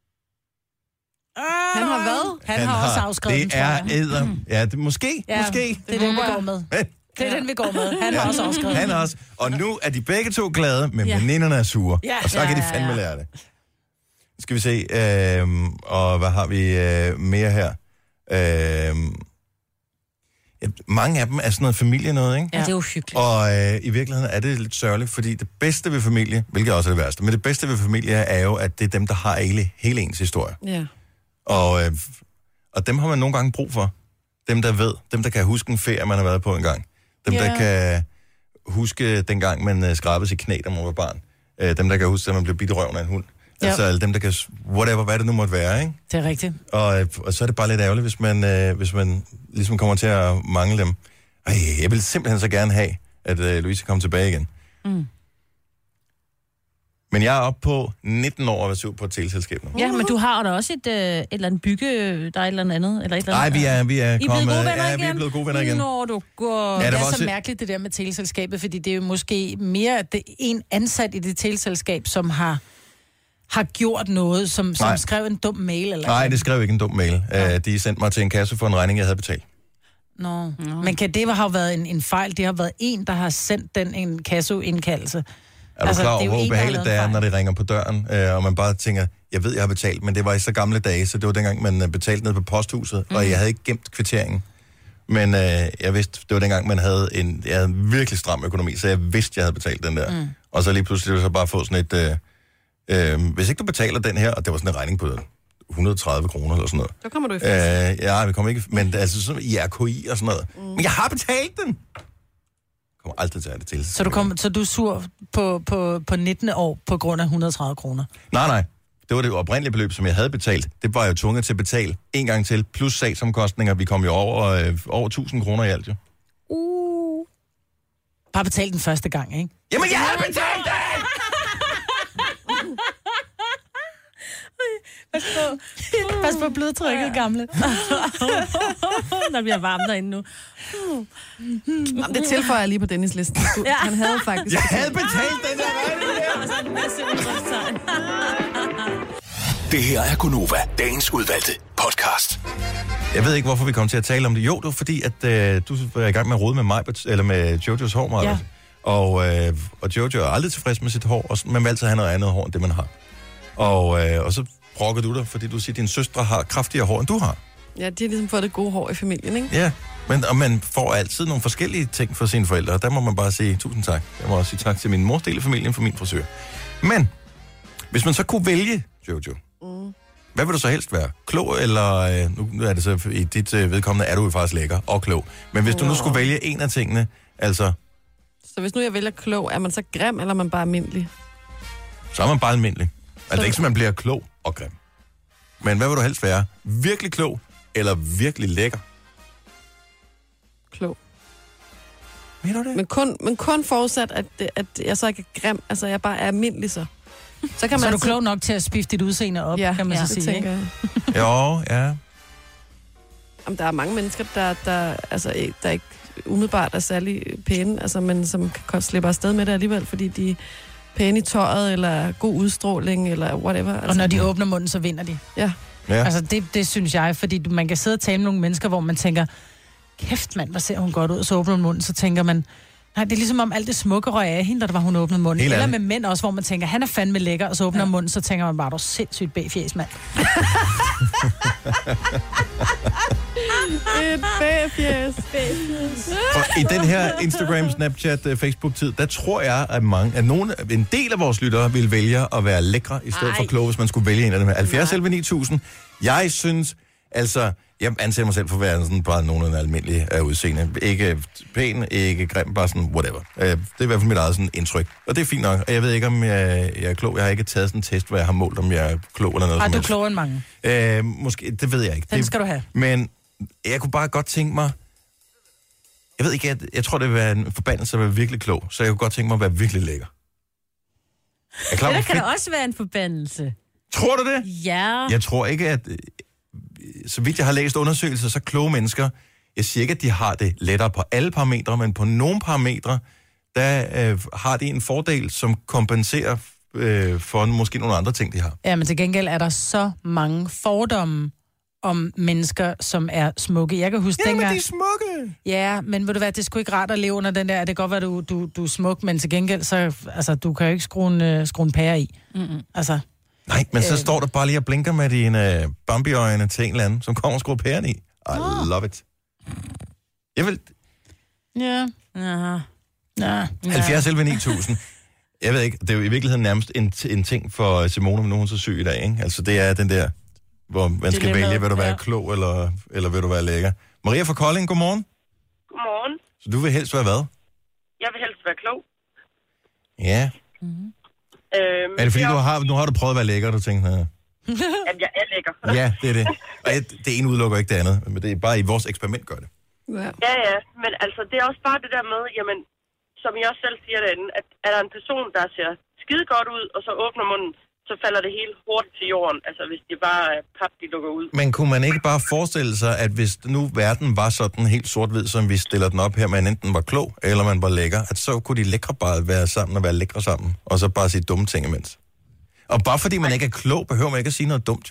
Speaker 3: Han har hvad?
Speaker 4: Han, han har, har også afskrevet
Speaker 1: det den, er æder. Mm. Ja, det, måske.
Speaker 4: Ja,
Speaker 1: måske.
Speaker 4: Det er den, vi går med. Det er den, vi går med. Han ja. har også afskrevet
Speaker 1: Han også. Og nu er de begge to glade, men ja. veninderne er sure. Ja. Og så kan de fandme lære det. Skal vi se. Øh, og hvad har vi øh, mere her? Øh, ja, mange af dem er sådan noget familie noget, ikke?
Speaker 2: Ja, det er jo hyggeligt.
Speaker 1: Og øh, i virkeligheden er det lidt sørgeligt, fordi det bedste ved familie, hvilket også er det værste, men det bedste ved familie er jo, at det er dem, der har hele, hele ens historie.
Speaker 3: Ja.
Speaker 1: Og, øh, og dem har man nogle gange brug for. Dem, der ved. Dem, der kan huske en ferie, man har været på en gang. Dem, yeah. der kan huske dengang, man uh, skrabede sit knæ, da man var barn. Uh, dem, der kan huske, at man blev bidt i røven af en hund. Ja. Altså alle dem, der kan... Whatever, hvad det nu måtte være, ikke?
Speaker 4: Det er rigtigt.
Speaker 1: Og, og så er det bare lidt ærgerligt, hvis man, uh, hvis man ligesom kommer til at mangle dem. Ej, jeg vil simpelthen så gerne have, at uh, Louise kommer tilbage igen. Mm. Men jeg er oppe på nitten år og er på et teleselskab nu.
Speaker 2: Ja, men du har da også et, øh, et eller andet bygge, der er et eller andet andet? Eller et eller andet.
Speaker 1: Nej, vi er, vi er
Speaker 2: I
Speaker 1: kommet...
Speaker 2: blevet gode venner
Speaker 1: ja,
Speaker 2: igen?
Speaker 1: vi er blevet gode venner igen.
Speaker 2: Når du går...
Speaker 1: Ja,
Speaker 4: det
Speaker 1: der
Speaker 4: er
Speaker 1: var
Speaker 4: så
Speaker 1: også...
Speaker 4: mærkeligt, det der med teleselskabet, fordi det er jo måske mere at det er en ansat i det teleselskab, som har, har gjort noget, som, som skrev en dum mail. Eller
Speaker 1: Nej, det skrev ikke en dum mail. Ja. Uh, de sendte mig til en kasse for en regning, jeg havde betalt.
Speaker 4: Nå, no. men kan det have været en, en fejl? Det har været en, der har sendt den en kasseindkaldelse.
Speaker 1: Er du altså, klar over, hvor ubehageligt det er, når det ringer på døren, øh, og man bare tænker, jeg ved, jeg har betalt, men det var i så gamle dage, så det var dengang, man betalte ned på posthuset, mm. og jeg havde ikke gemt kvitteringen. Men øh, jeg vidste, det var dengang, man havde en jeg havde en virkelig stram økonomi, så jeg vidste, jeg havde betalt den der. Mm. Og så lige pludselig så bare få sådan et, øh, øh, hvis ikke du betaler den her, og det var sådan en regning på et hundrede og tredive kroner eller sådan noget.
Speaker 3: Så kommer du i fast.
Speaker 1: Øh, ja, vi kommer ikke, men altså sådan i R K I og sådan noget. Mm. Men jeg har betalt den! Kommer aldrig til at have det til.
Speaker 4: Så du, kom, så du er sur på, på, på nittende år på grund af et hundrede og tredive kroner?
Speaker 1: Nej, nej. Det var det oprindelige beløb, som jeg havde betalt. Det var jeg jo tvunget til at betale en gang til, plus sagsomkostninger. Vi kom jo over, øh, over tusind kroner i alt, jo.
Speaker 4: Uh. Bare betalt den første gang, ikke?
Speaker 1: Jamen, jeg havde betalt den!
Speaker 4: Pas på. Pas på blodtrykket, gamle.
Speaker 2: Der bliver varmt derinde nu.
Speaker 3: Jamen, det tilføjer jeg lige på Dennis listen. Du, ja. Han havde faktisk...
Speaker 1: Jeg havde betalt den der
Speaker 6: Det her er Gonova, dagens udvalgte podcast.
Speaker 1: Jeg ved ikke, hvorfor vi kom til at tale om det. Jo, det var fordi, at øh, du var i gang med at rode med mig, eller med Jojos hår, Maja. Ja. Og, øh, og Jojo er aldrig tilfreds med sit hår, og man vil altid have noget andet hår, end det man har. Og, øh, og så brokker du dig, fordi du siger, at dine søstre har kraftigere hår, end du har.
Speaker 3: Ja, de har ligesom fået det gode hår i familien, ikke?
Speaker 1: Ja, men og man får altid nogle forskellige ting fra sine forældre, og der må man bare sige tusind tak. Jeg må også sige tak til min mors del af familien for min frisør. Men, hvis man så kunne vælge, Jojo, mm. hvad vil du så helst være? Klog, eller øh, nu er det så i dit øh, vedkommende, er du jo faktisk lækker og klog. Men hvis wow. du nu skulle vælge en af tingene, altså...
Speaker 3: Så hvis nu jeg vælger klog, er man så grim, eller er man bare almindelig?
Speaker 1: Så er man bare almindelig. Altså det er ikke, så man bliver klog og grim. Men hvad vil du helst være? Virkelig klog, eller virkelig lækker?
Speaker 3: Klog.
Speaker 1: Mener du det?
Speaker 3: Men kun, men kun forudsat, at, at jeg så ikke er grim. Altså, jeg bare er almindelig så.
Speaker 4: Så, kan man så er du altid... klog nok til at spifte dit udseende op,
Speaker 3: ja,
Speaker 4: kan man
Speaker 3: ja,
Speaker 4: så sige, ikke?
Speaker 1: Jo, ja.
Speaker 3: Jamen, der er mange mennesker, der, der, altså, der ikke umiddelbart er særlig pæne, altså, men som kan slippe afsted med det alligevel, fordi de er pæne i tøjet, eller god udstråling, eller whatever. Altså.
Speaker 4: Og når de åbner munden, så vinder de.
Speaker 3: Ja.
Speaker 1: Ja.
Speaker 4: Altså, det, det synes jeg, fordi man kan sidde og tale med nogle mennesker, hvor man tænker, kæft mand, hvor ser hun godt ud, og så åbner hun munden, så tænker man, nej, det er ligesom om alt det smukke røg af hende, da var hun åbnede munden. Helt Eller med mænd også, hvor man tænker, han er fandme lækker, og så åbner ja. munden, så tænker man bare, du er sindssygt bæfjæs, mand.
Speaker 3: Et bæfjæs.
Speaker 1: Og i den her Instagram, Snapchat, Facebook-tid, der tror jeg, at, mange, at nogen, en del af vores lyttere vil vælge at være lækre, i stedet Ej. for kloge, hvis man skulle vælge en af dem her. halvfjerds elleve ni tusind. Jeg synes, altså... Jeg anser mig selv for at være sådan bare nogenlunde almindelig af udseende. Ikke pæn, ikke grim, bare sådan whatever. Det er i hvert fald mit eget sådan indtryk. Og det er fint nok. Og jeg ved ikke, om jeg, jeg er klog. Jeg har ikke taget sådan en test, hvor jeg har målt, om jeg er klog eller noget.
Speaker 4: Ej, du er klogere end mange.
Speaker 1: Øh, måske, det ved jeg ikke.
Speaker 4: Den
Speaker 1: det,
Speaker 4: skal du have.
Speaker 1: Men jeg kunne bare godt tænke mig... Jeg ved ikke, jeg, jeg tror, det vil være en forbandelse at være virkelig klog. Så jeg kunne godt tænke mig at være virkelig lækker.
Speaker 2: Er klar, det kan da også være en forbandelse.
Speaker 1: Tror du det?
Speaker 2: Ja.
Speaker 1: Jeg tror ikke, at... Så vidt jeg har læst undersøgelser, så kloge mennesker, jeg siger ikke, at de har det lettere på alle parametre, men på nogle parametre, der øh, har de en fordel, som kompenserer øh, for måske nogle andre ting, de har.
Speaker 4: Ja, men til gengæld er der så mange fordomme om mennesker, som er smukke. Jeg kan huske
Speaker 1: ja,
Speaker 4: dengang...
Speaker 1: men de er smukke!
Speaker 4: Ja, men ved du hvad, det er sgu ikke rart at leve under den der, det kan godt være, du, du, du er smuk, men til gengæld, så altså, du kan jo ikke skrue en, uh, skrue en pære i. Mm-hmm. Altså...
Speaker 1: Nej, men så
Speaker 4: øh...
Speaker 1: står der bare lige og blinker med dine uh, Bambi-øjne til en eller anden, som kommer og skruer pæren i. I oh. love it. Jeg vil...
Speaker 4: Ja. Ja. Ja.
Speaker 1: halvfjerds elleve ni tusind. Jeg ved ikke, det er jo i virkeligheden nærmest en, en ting for Simone, når hun er så syg i dag, ikke? Altså, det er den der, hvor man skal vælge, vil du være ja. klog, eller, eller vil du være lækker. Maria fra Kolding, godmorgen.
Speaker 12: Godmorgen.
Speaker 1: Så du vil helst være hvad?
Speaker 12: Jeg vil helst være klog.
Speaker 1: Ja.
Speaker 12: Mm-hmm. Øhm,
Speaker 1: er det fordi, du har, nu har du prøvet at være lækker, du tænker?
Speaker 12: Jamen, jeg er lækker.
Speaker 1: Ja, det er det. Og det ene udelukker ikke det andet, men det er bare i vores eksperiment gør det.
Speaker 12: Ja, ja, ja. Men altså, det er også bare det der med, jamen, som I også selv siger derinde, at er der en person, der ser skide godt ud, og så åbner munden, så falder det helt hurtigt til jorden, altså hvis de bare er pap, de lukker ud.
Speaker 1: Men kunne man ikke bare forestille sig, at hvis nu verden var sådan helt sort-hvid, som vi stiller den op her, man enten var klog, eller man var lækker, at så kunne de lækre bare være sammen og være lækre sammen, og så bare sige dumme ting imens. Og bare fordi man ikke er klog, behøver man ikke at sige noget dumt, jo.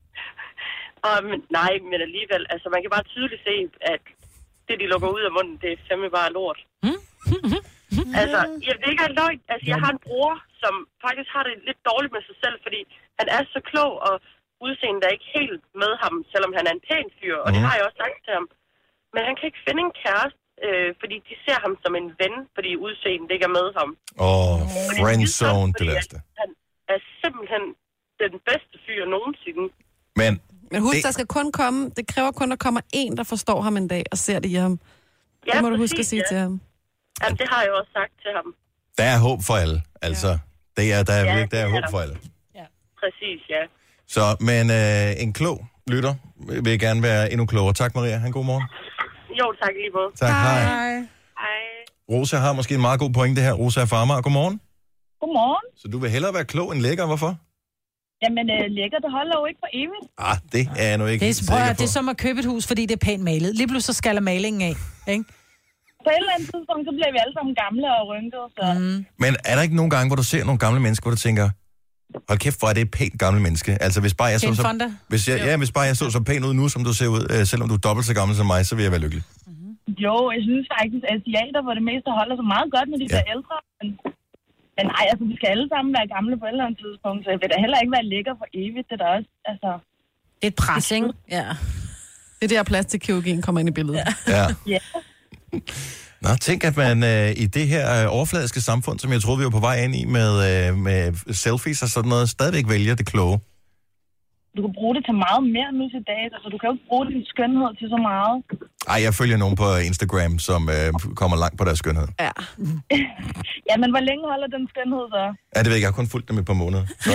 Speaker 12: Og, men, nej, men alligevel, altså man kan bare tydeligt se, at det, de lukker ud af munden, det er fandme bare lort. Mm? altså, jeg ved ikke engang løgn. Altså, jeg har en bror, som faktisk har det lidt dårligt med sig selv, fordi han er så klog, og udseendet er ikke helt med ham, selvom han er en pæn fyr, og mm. det har jeg også sagt til ham. Men han kan ikke finde en kæreste, øh, fordi de ser ham som en ven, fordi udseendet ikke er med ham.
Speaker 1: Åh, oh, friendzone, det værste.
Speaker 12: Han er simpelthen den bedste fyr nogensinde.
Speaker 1: Men,
Speaker 3: Men husk,
Speaker 1: det...
Speaker 3: der skal kun komme, det kræver kun, at der kommer en, der forstår ham en dag og ser det i ham. Ja, det må du huske at sige ja. til ham.
Speaker 12: Jamen, det har jeg også sagt til ham.
Speaker 1: Der er håb for alle, altså. Ja. Det er, der er, ja, virkelig, der er, er håb der. for alle.
Speaker 12: Ja. Præcis, ja.
Speaker 1: Så, men øh, en klog lytter vil gerne være endnu klogere. Tak, Maria. Han god morgen.
Speaker 12: Jo, tak lige måde.
Speaker 1: Tak, hej.
Speaker 12: Hej. Hej.
Speaker 1: Rosa har måske en meget god pointe her. Rosa er farmer. Godmorgen.
Speaker 13: Godmorgen.
Speaker 1: Så du vil hellere være klog end lækker, hvorfor?
Speaker 13: Jamen, øh, lækker, det holder jo ikke for evigt.
Speaker 1: Ah, det er jeg nu ikke
Speaker 4: det er,
Speaker 1: sikker
Speaker 4: prøv,
Speaker 1: på.
Speaker 4: Det er som at købe et hus, fordi det er pænt malet. Lige pludselig så skaller malingen af, ikke?
Speaker 13: På et eller andet tidspunkt, så bliver vi alle sammen gamle og rynkede, så... Mm.
Speaker 1: Men er der ikke nogen gange, hvor du ser nogle gamle mennesker, hvor du tænker, hold kæft, hvor er det et pænt gamle menneske? Altså, hvis bare jeg så, så, hvis jeg, ja, hvis bare jeg så så pæn ud nu, som du ser ud, øh, selvom du er dobbelt så gammel som mig, så vil jeg være lykkelig.
Speaker 13: Mm-hmm. Jo, jeg synes faktisk, at asiater for det meste holder så meget godt, når de ja. bliver ældre. Men, men nej, altså, vi skal alle sammen være gamle på et eller andet tidspunkt, så jeg vil da heller ikke være lækker for evigt. Det er da også, altså...
Speaker 2: Det er et pres, ikke? Ja.
Speaker 3: Det er der plastikkirurgien kommer ind i billedet.
Speaker 1: Ja.
Speaker 13: ja.
Speaker 1: Nå, tænk, at man øh, i det her øh, overfladiske samfund, som jeg troede, vi var på vej ind i med, øh, med selfies og sådan noget, stadigvæk vælger det kloge.
Speaker 13: Du kan bruge det til meget mere nu til dags. Altså, du kan jo ikke bruge din skønhed til så meget.
Speaker 1: Ej, jeg følger nogen på Instagram, som øh, kommer langt på deres skønhed.
Speaker 13: Ja. ja, men hvor længe holder den skønhed så?
Speaker 1: Ja, det ved jeg ikke. Jeg har kun fulgt dem i et par måneder. Så...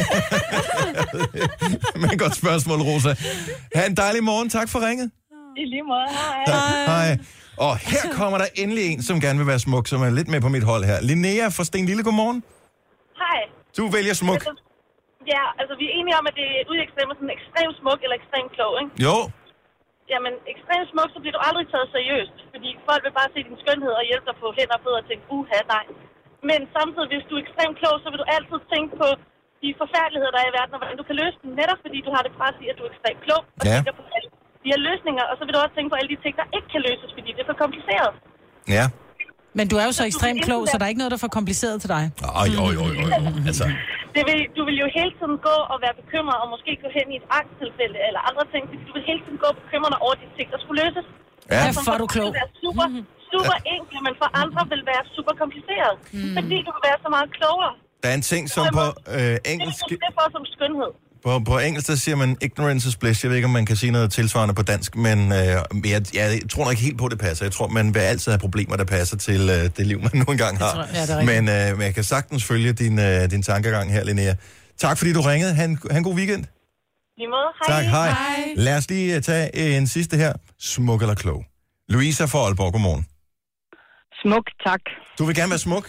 Speaker 1: men godt spørgsmål, Rosa. Ha' en dejlig morgen. Tak for ringet.
Speaker 13: I lige måde. Hej.
Speaker 1: Tak. Hej. Og her kommer der endelig en, som gerne vil være smuk, som er lidt med på mit hold her. Linnea fra Stenlille, godmorgen.
Speaker 12: Hej.
Speaker 1: Du vælger smuk.
Speaker 12: Altså, ja, altså vi er enige om, at det er ud i ekstremt sådan ekstremt smuk eller ekstremt klog, ikke?
Speaker 1: Jo.
Speaker 12: Jamen, ekstremt smuk, så bliver du aldrig taget seriøst. Fordi folk vil bare se din skønhed og hjælpe dig på hænder og fødder og tænke, uha, nej. Men samtidig, hvis du er ekstremt klog, så vil du altid tænke på de forfærdeligheder, der er i verden, og hvordan du kan løse dem, netop fordi du har det pres i, at du er ekstremt klog. Og
Speaker 1: ja.
Speaker 12: tænker på alle de her løsninger, og så vil du også tænke på alle de ting, der ikke kan løses, fordi det er for kompliceret.
Speaker 1: Ja.
Speaker 4: Men du er jo så ekstremt klog, så der er ikke noget, der er for kompliceret til dig.
Speaker 1: Oj, oj, oj, oj. Altså.
Speaker 12: Det vil, du vil jo hele tiden gå og være bekymret, og måske gå hen i et angsttilfælde eller andre ting, fordi du vil hele tiden gå og bekymre dig over de ting, der skulle løses.
Speaker 4: Ja, for er du klog.
Speaker 12: Det vil være super, super ja. enkelt, men for andre vil være super kompliceret, mm. fordi du vil være så meget klogere.
Speaker 1: Der er en ting, som på øh, engelsk...
Speaker 12: Det er for som skønhed.
Speaker 1: På, på engelsk, der siger man ignorance is bliss. Jeg ved ikke, om man kan sige noget tilsvarende på dansk, men øh, jeg, jeg tror nok ikke helt på, at det passer. Jeg tror, man vil altid have problemer, der passer til øh, det liv, man nu engang har.
Speaker 4: Tror, ja, men,
Speaker 1: øh, men jeg kan sagtens følge din, øh, din tankegang her, Linnea. Tak, fordi du ringede. Ha' en, ha' en god weekend.
Speaker 12: Lige måde. Hej.
Speaker 1: Tak, hej. hej. Lad os lige uh, tage en sidste her. Smuk eller klog? Louisa fra Aalborg, godmorgen.
Speaker 14: Smuk, tak.
Speaker 1: Du vil gerne være smuk?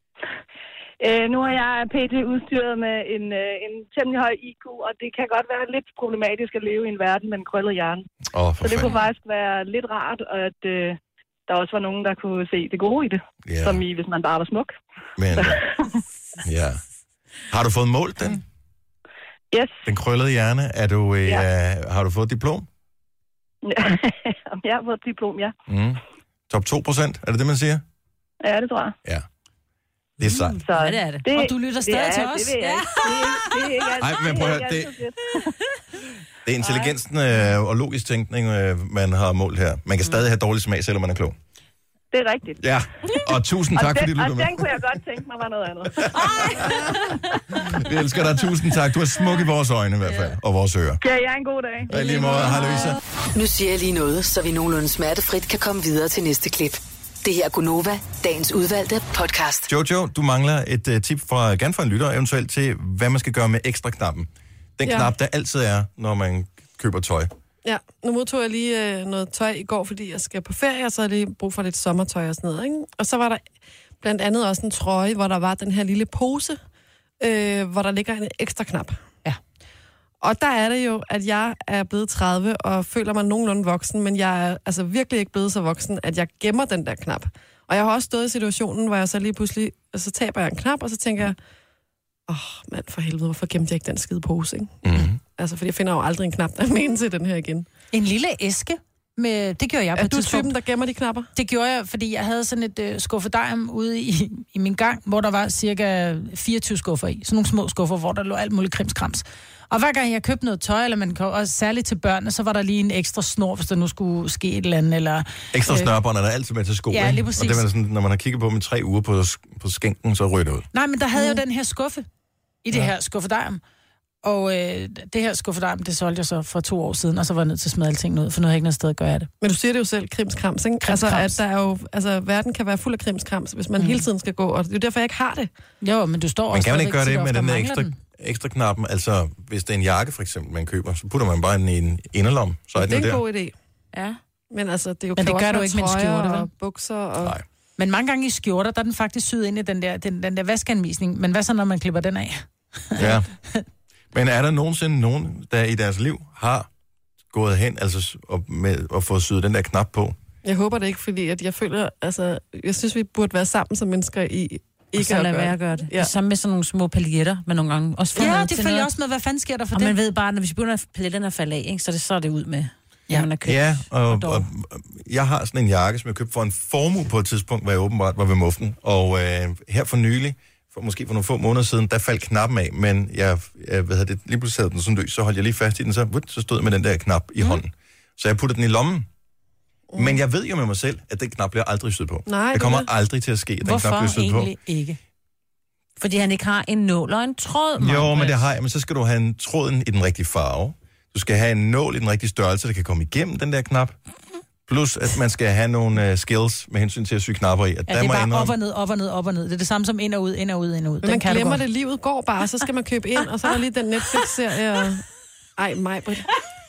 Speaker 14: Øh, nu er jeg P T udstyret med en, øh, en temmelig høj I Q, og det kan godt være lidt problematisk at leve i en verden med en krøllet hjerne.
Speaker 1: Oh,
Speaker 14: så det kunne faktisk være lidt rart, at øh, der også var nogen, der kunne se det gode i det. Yeah. Som i, hvis man bare var smuk.
Speaker 1: Men, ja. Har du fået målt den?
Speaker 14: Yes.
Speaker 1: Den krøllede hjerne. Er du, øh,
Speaker 14: ja.
Speaker 1: Har du fået diplom?
Speaker 14: Jeg har fået diplom, ja.
Speaker 1: Mm. Top to procent, er det det, man siger?
Speaker 14: Ja, det tror jeg.
Speaker 1: Ja. Det er sejt.
Speaker 2: Mm, så ja, det er det. det. Og du lytter stadig
Speaker 14: det er,
Speaker 2: til os.
Speaker 14: Det ved jeg ikke. Det er, det er ikke altid.
Speaker 1: Ej, men prøv at høre, det, det er intelligensen øh, og logisk tænkning, øh, man har målt her. Man kan stadig have dårlig smag, selvom man er klog.
Speaker 14: Det er rigtigt.
Speaker 1: Ja, og tusind tak,
Speaker 14: og
Speaker 1: fordi du lytter
Speaker 14: med. Og den kunne jeg godt tænke mig var noget
Speaker 1: andet. Vi elsker dig, tusind tak. Du er smuk i vores øjne i hvert fald, og vores ører.
Speaker 14: Ja, jeg er en god dag.
Speaker 1: Ja, lige måde. Hej, Louisa.
Speaker 5: Nu siger jeg lige noget, så vi nogenlunde smertefrit kan komme videre til næste klip. Det her er Gunova, dagens udvalgte podcast.
Speaker 1: Jojo, du mangler et uh, tip fra, gerne fra en lytter, eventuelt til, hvad man skal gøre med ekstra knappen. Den ja. knap, der altid er, når man køber tøj.
Speaker 3: Ja, nu modtog jeg lige øh, noget tøj i går, fordi jeg skal på ferie, og så har jeg lige brug for lidt sommertøj og sådan noget, ikke? Og så var der blandt andet også en trøje, hvor der var den her lille pose, øh, hvor der ligger en ekstra knap.
Speaker 4: Ja.
Speaker 3: Og der er det jo, at jeg er blevet tredive og føler mig nogenlunde voksen, men jeg er altså virkelig ikke blevet så voksen, at jeg gemmer den der knap. Og jeg har også stået i situationen, hvor jeg så lige pludselig, og så taber jeg en knap, og så tænker jeg, åh, oh, mand for helvede, hvorfor gemte jeg ikke den skide pose, ikke?
Speaker 1: Mm-hmm.
Speaker 3: Altså, fordi jeg finder jo aldrig en knap, der er med til den her igen.
Speaker 4: En lille æske. Med, det gjorde jeg på
Speaker 3: er
Speaker 4: et
Speaker 3: du
Speaker 4: tidspunkt.
Speaker 3: typen, der gemmer de knapper?
Speaker 4: Det gjorde jeg, fordi jeg havde sådan et øh, skuffedejm ude i, i min gang, hvor der var cirka fireogtyve skuffer i. Sådan nogle små skuffer, hvor der lå alt muligt krimskrams. Og hver gang jeg købte noget tøj, eller man kom, og særligt til børnene, så var der lige en ekstra snor, hvis der nu skulle ske et eller andet. Eller,
Speaker 1: ekstra
Speaker 4: øh,
Speaker 1: snørbånd er der altid med til sko,
Speaker 4: ja, lige præcis.
Speaker 1: Og det er sådan, når man har kigget på dem i tre uger på, på skænken, så ryger det ud.
Speaker 4: Nej, men der havde jeg jo den her skuffe i det ja. her skuffedejm. Og øh, det her skuffedejm, det solgte jeg så for to år siden, og så var jeg nødt til at smide alting ud, for nu har jeg ikke noget sted at gøre det.
Speaker 3: Men du siger det jo selv, krimskrams, ikke?
Speaker 4: Krimskrams.
Speaker 3: Altså, at der er jo, altså, verden kan være fuld af krimskrams, hvis man mm. hele tiden skal gå, og det er jo derfor, jeg ikke har det.
Speaker 4: Jo, men du står
Speaker 1: man
Speaker 4: også...
Speaker 1: kan man ikke gøre det
Speaker 4: ofte,
Speaker 1: med den der ekstra,
Speaker 4: den.
Speaker 1: ekstra knappen? Altså, hvis det er en jakke, for eksempel, man køber, så putter man bare den i en inderlom, så er den
Speaker 3: det er
Speaker 1: der.
Speaker 3: en god idé. Ja. Men altså, det er jo
Speaker 4: men det
Speaker 3: kan
Speaker 4: gør
Speaker 3: også
Speaker 4: du ikke med en
Speaker 3: trøjer
Speaker 4: skjorte, vel?
Speaker 3: Og bukser og...
Speaker 1: Nej.
Speaker 4: Men mange gange i skjorter, der er den faktisk syet ind i den der, den, den der vaskeanvisning. Men hvad så, når man klipper den af?
Speaker 1: Ja. Men er der nogensinde nogen, der i deres liv har gået hen altså, og, med, og fået syet den der knap på?
Speaker 3: Jeg håber det ikke, fordi at jeg føler, altså, jeg synes, vi burde være sammen som mennesker i ikke
Speaker 2: og så
Speaker 3: at
Speaker 2: lade
Speaker 3: gøre
Speaker 2: være at gøre det. Ja. Sammen med sådan nogle små paljetter med nogle gange. Også
Speaker 4: ja, det følger også med, hvad fanden sker der for
Speaker 2: og
Speaker 4: det?
Speaker 2: Og man ved bare, når vi begynder at paljetterne at falde af, ikke, så, det, så er det ud med, ja. Man har købt.
Speaker 1: Ja, og,
Speaker 2: og,
Speaker 1: og jeg har sådan en jakke, som jeg købte for en formue på et tidspunkt, hvor jeg åbenbart var ved muften. Og øh, her for nylig, for måske for nogle få måneder siden, der faldt knappen af, men jeg, jeg hvad det, lige pludselig havde den sådan løs, så holdt jeg lige fast i den, så, så stod jeg med den der knap i mm. hånden. Så jeg puttede den i lommen. Mm. Men jeg ved jo med mig selv, at den knap bliver aldrig syet på.
Speaker 3: Nej,
Speaker 1: det kommer
Speaker 3: det
Speaker 1: aldrig til at ske, at den
Speaker 2: hvorfor
Speaker 1: knap bliver syet på.
Speaker 4: Hvorfor egentlig ikke?
Speaker 2: Fordi han ikke har en nål og en tråd.
Speaker 1: Jo, Marcus. Men det har jeg. Men så skal du have en tråden i den rigtige farve. Du skal have en nål i den rigtige størrelse, der kan komme igennem den der knap. Plus, at man skal have nogle uh, skills med hensyn til at sy knapper i. At
Speaker 4: ja,
Speaker 1: der
Speaker 4: det er bare
Speaker 1: indrømme...
Speaker 4: op og ned, op og ned, op og ned. Det er det samme som ind og ud, ind og ud, ind og ud.
Speaker 3: Men man glemmer det, livet går bare, så skal man købe ind, og så er der lige den Netflix-serie. Og... Ej, mig, Britt.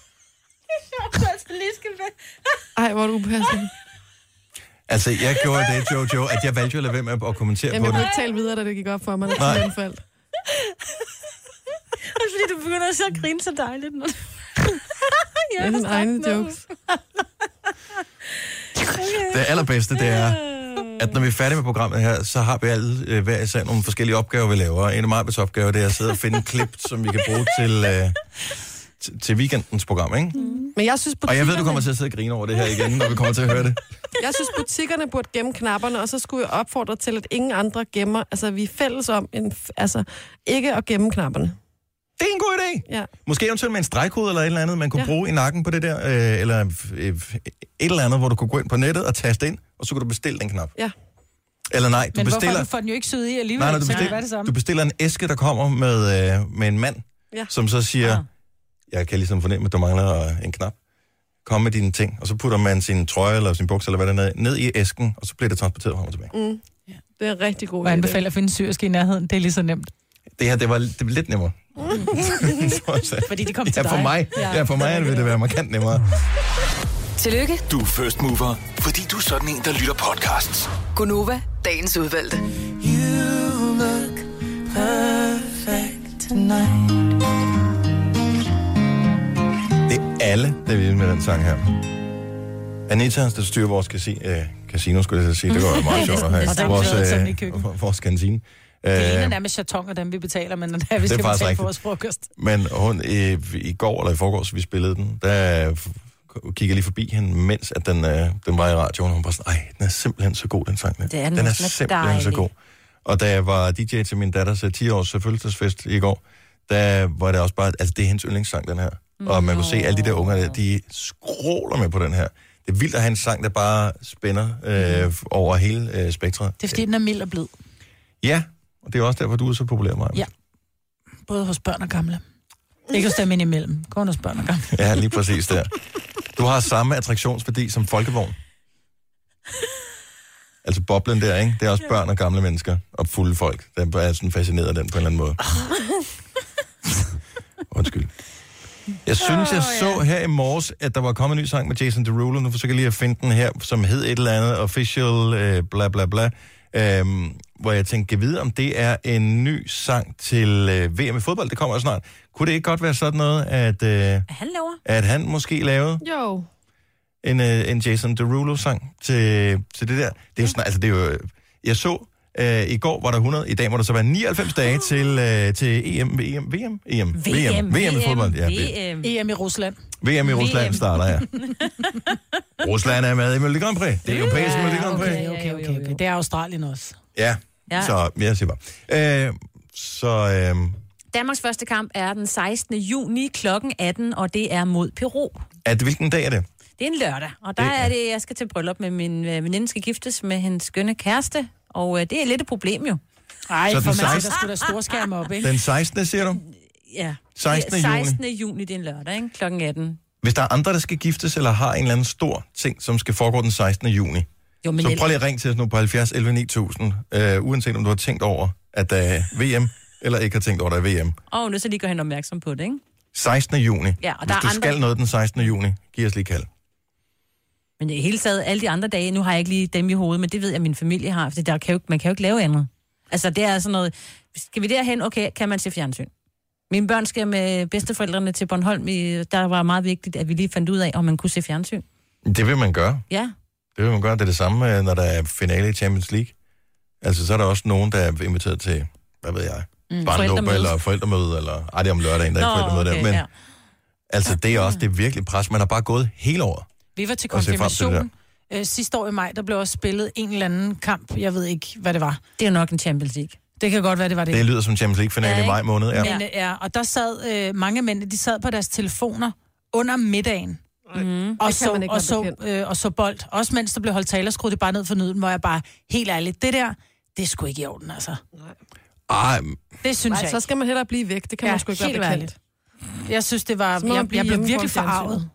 Speaker 3: Ej, hvor er du upassende.
Speaker 1: Altså, jeg gjorde det, Jojo, at jeg valgte jo at lade være med at kommentere
Speaker 3: Jamen,
Speaker 1: på det.
Speaker 3: jeg kunne ikke tale videre, da det gik op for mig,
Speaker 1: Nej.
Speaker 3: når den faldt.
Speaker 2: Også fordi du begynder så at grine så dejligt. Når...
Speaker 3: Det er dine egne jokes.
Speaker 1: Det allerbedste, det er, at når vi er færdige med programmet her, så har vi alle øh, hver især nogle forskellige opgaver, vi laver. En af Marbets opgaver, det er at sidde og finde en klip, som vi kan bruge til, øh, til, til weekendens program, ikke? Mm.
Speaker 3: Men jeg synes,
Speaker 1: og jeg ved, du kommer til at sidde og grine over det her igen, når vi kommer til at høre det.
Speaker 3: Jeg synes, butikkerne burde gemme knapperne, og så skulle jeg opfordre til, at ingen andre gemmer. Altså, vi er fælles om en, altså, ikke at gemme knapperne.
Speaker 1: Det er en god idé.
Speaker 3: Ja.
Speaker 1: Måske eventuelt med en stregkode eller et eller andet, man kunne
Speaker 3: ja.
Speaker 1: bruge i nakken på det der, øh, eller øh, et eller andet, hvor du kunne gå ind på nettet og taste ind, og så kunne du bestille den knap.
Speaker 3: Ja.
Speaker 1: Eller nej, du
Speaker 4: Men
Speaker 1: bestiller...
Speaker 4: hvorfor du får den jo ikke syet i alligevel?
Speaker 1: Nej, nej, du, bestiller, det du bestiller en æske, der kommer med, øh, med en mand, ja. som så siger, ja. jeg kan ligesom fornemme, at du mangler øh, en knap. Kom med dine ting, og så putter man sin trøje eller sin bukser, eller hvad der er, ned i æsken, og så bliver det transporteret frem og tilbage.
Speaker 3: Mm. Ja. Det er en rigtig god idé.
Speaker 4: Og anbefaler at finde syerske i nærheden. Det er lige så nemt.
Speaker 1: Det her, det var, det var lidt nemmere.
Speaker 4: Fordi de kom til
Speaker 1: ja, for
Speaker 4: dig.
Speaker 1: mig, ja. ja, for mig vil det være markant nemmere.
Speaker 5: Tillykke.
Speaker 6: Du er first mover, fordi du er sådan en, der lytter podcasts.
Speaker 5: Gunova, dagens udvalgte.
Speaker 15: You look perfect tonight.
Speaker 1: Det er alle, der vil med den sang her. Anita, der styrer vores kasi- øh, casino, skulle jeg sige. Det går jo meget sjovt at have. Vores, øh, vores kantine.
Speaker 4: Det ene er nærmest chaton af dem, vi betaler, men når vi skal betale for vores frokost.
Speaker 1: Men hun, i, i går eller i forgårs, vi spillede den, der kiggede lige forbi hende, mens at den, øh, den var i radioen, og hun var sådan, ej, den er simpelthen så god, den sang. Den,
Speaker 2: det er den,
Speaker 1: den er
Speaker 2: simpelthen
Speaker 1: dejlig. Så god. Og da jeg var D J til min datters ti-års fødselsdagsfest i går, der var det også bare, altså det er hendes yndlingssang, den her. Mm. Og man kunne se alle de der unger der, de skråler med på den her. Det er vildt at have en sang, der bare spænder øh, mm. over hele øh, spektret.
Speaker 4: Det er fordi, den er mild og blid.
Speaker 1: Ja, og det er også derfor, du er så populær, Maja.
Speaker 4: Ja, både hos børn og gamle. Ikke hos dem ind imellem, kun hos børn og gamle.
Speaker 1: Ja, lige præcis der. Du har samme attraktionsværdi som folkevogn. Altså boblen der, ikke? Det er også børn og gamle mennesker og fulde folk, der er sådan fascineret af den på en eller anden måde. Undskyld. Jeg synes, jeg så her i morges, at der var kommet en ny sang med Jason Derulo. Nu forsøger jeg lige at finde den her, som hed et eller andet official, øh, bla bla bla. Øhm, hvor jeg tænkte, kan vide, om det er en ny sang til øh, V M i fodbold. Det kommer jo snart. Kunne det ikke godt være sådan noget, at, øh,
Speaker 2: Han laver?
Speaker 1: at han måske lavede
Speaker 3: Jo.
Speaker 1: en, øh, en Jason Derulo-sang til, til det der? Det er jo sådan, altså det er jo... Jeg så, øh, i går var der hundrede, i dag må der så være nioghalvfems dage til, øh, til E M, V M, V M, E M, V M, V M i fodbold. Ja,
Speaker 4: V M. E M i Rusland.
Speaker 1: V M i Rusland starter her. Rusland er med i Melodi Grand Prix. Det er europæiske Melodi Grand Prix.
Speaker 4: Okay, okay, okay, okay. Det er Australien også.
Speaker 1: Ja,
Speaker 2: Ja.
Speaker 1: så jeg siger bare. Øh, så øh,
Speaker 2: Danmarks første kamp er den sekstende juni klokken atten, og det er mod Peru.
Speaker 1: at, hvilken dag er det?
Speaker 2: Det er en lørdag, og der
Speaker 1: Det er-
Speaker 2: er det, jeg skal til bryllup med min øh, veninde, skal giftes med hendes skønne kæreste, og øh, det er lidt et problem jo.
Speaker 4: Ej,
Speaker 1: Så
Speaker 4: for
Speaker 1: den
Speaker 4: man
Speaker 1: sekstende
Speaker 4: sætter sgu da storskærm op, ikke?
Speaker 1: Den sekstende, siger du?
Speaker 2: Ja.
Speaker 1: sekstende juni.
Speaker 2: sekstende juni, det er en lørdag, ikke? Klokken atten.
Speaker 1: Hvis der er andre, der skal giftes, eller har en eller anden stor ting, som skal foregå den sekstende juni,
Speaker 2: Jo, men
Speaker 1: så
Speaker 2: el-
Speaker 1: prøv lige at ringe til os nu på halvfjerds elleve ni tusind, øh, uanset om du har tænkt over, at der er V M, eller ikke har tænkt over, at der er V M.
Speaker 2: Og nu så lige går han opmærksom på det, ikke?
Speaker 1: sekstende juni.
Speaker 2: Ja, og
Speaker 1: Hvis
Speaker 2: der er
Speaker 1: du
Speaker 2: andre-
Speaker 1: skal noget den sekstende juni, giv os lige kald.
Speaker 2: Men i hele taget, alle de andre dage, nu har jeg ikke lige dem i hovedet, men det ved jeg, at min familie har, for der kan jo, man kan jo ikke lave andet. Altså, det er sådan noget, skal vi derhen, okay, kan man se fjernsyn? Mine børn skal med bedsteforældrene til Bornholm, i, der var meget vigtigt, at vi lige fandt ud af, om man kunne se fjernsyn.
Speaker 1: Det vil man gøre.
Speaker 2: Ja.
Speaker 1: Det vil man gøre. Det er det samme, øh, når der er finale i Champions League. Altså, så er der også nogen, der er inviteret til, hvad ved jeg,
Speaker 2: Mm,
Speaker 1: barndåb
Speaker 2: forældremøde.
Speaker 1: eller forældremøde, eller... Ej, det er om lørdagen, der er
Speaker 2: Nå,
Speaker 1: ikke forældremøde
Speaker 2: okay,
Speaker 1: der. Men
Speaker 2: ja.
Speaker 1: altså, det er også, det er virkelig pres. Man har bare gået hele året.
Speaker 4: Vi var til
Speaker 1: Og se frem til det
Speaker 4: konfirmation. Øh, sidste år i maj, der blev også spillet en eller anden kamp. Jeg ved ikke, hvad det var.
Speaker 2: Det er nok en Champions League.
Speaker 4: Det kan godt være, det var det.
Speaker 1: Det lyder som Champions League-finale
Speaker 2: Ja,
Speaker 1: i
Speaker 2: ikke?
Speaker 1: maj måned. Ja.
Speaker 4: Men, øh, ja, og der sad øh, mange mænd, de sad på deres telefoner under middagen. Mm. Og,
Speaker 3: kan
Speaker 4: så,
Speaker 3: man ikke
Speaker 4: og,
Speaker 3: være
Speaker 4: så,
Speaker 3: bekendt.
Speaker 4: øh, og så bold. Også mens der blev holdt taler, skruede det bare ned for nyden, hvor jeg bare, helt ærligt, det der, det er sgu ikke i orden, altså.
Speaker 1: Ej,
Speaker 4: Det synes
Speaker 3: Nej,
Speaker 4: jeg
Speaker 3: så
Speaker 4: ikke.
Speaker 3: skal man hellere blive væk. Det kan
Speaker 4: Ja,
Speaker 3: man sgu ikke
Speaker 4: helt
Speaker 3: være
Speaker 4: ærligt.
Speaker 3: bekendt.
Speaker 4: Jeg synes, det var,
Speaker 3: Så må man
Speaker 4: jeg,
Speaker 3: blive
Speaker 4: jeg blev
Speaker 3: hjemme
Speaker 4: virkelig
Speaker 3: foran
Speaker 4: forarvet.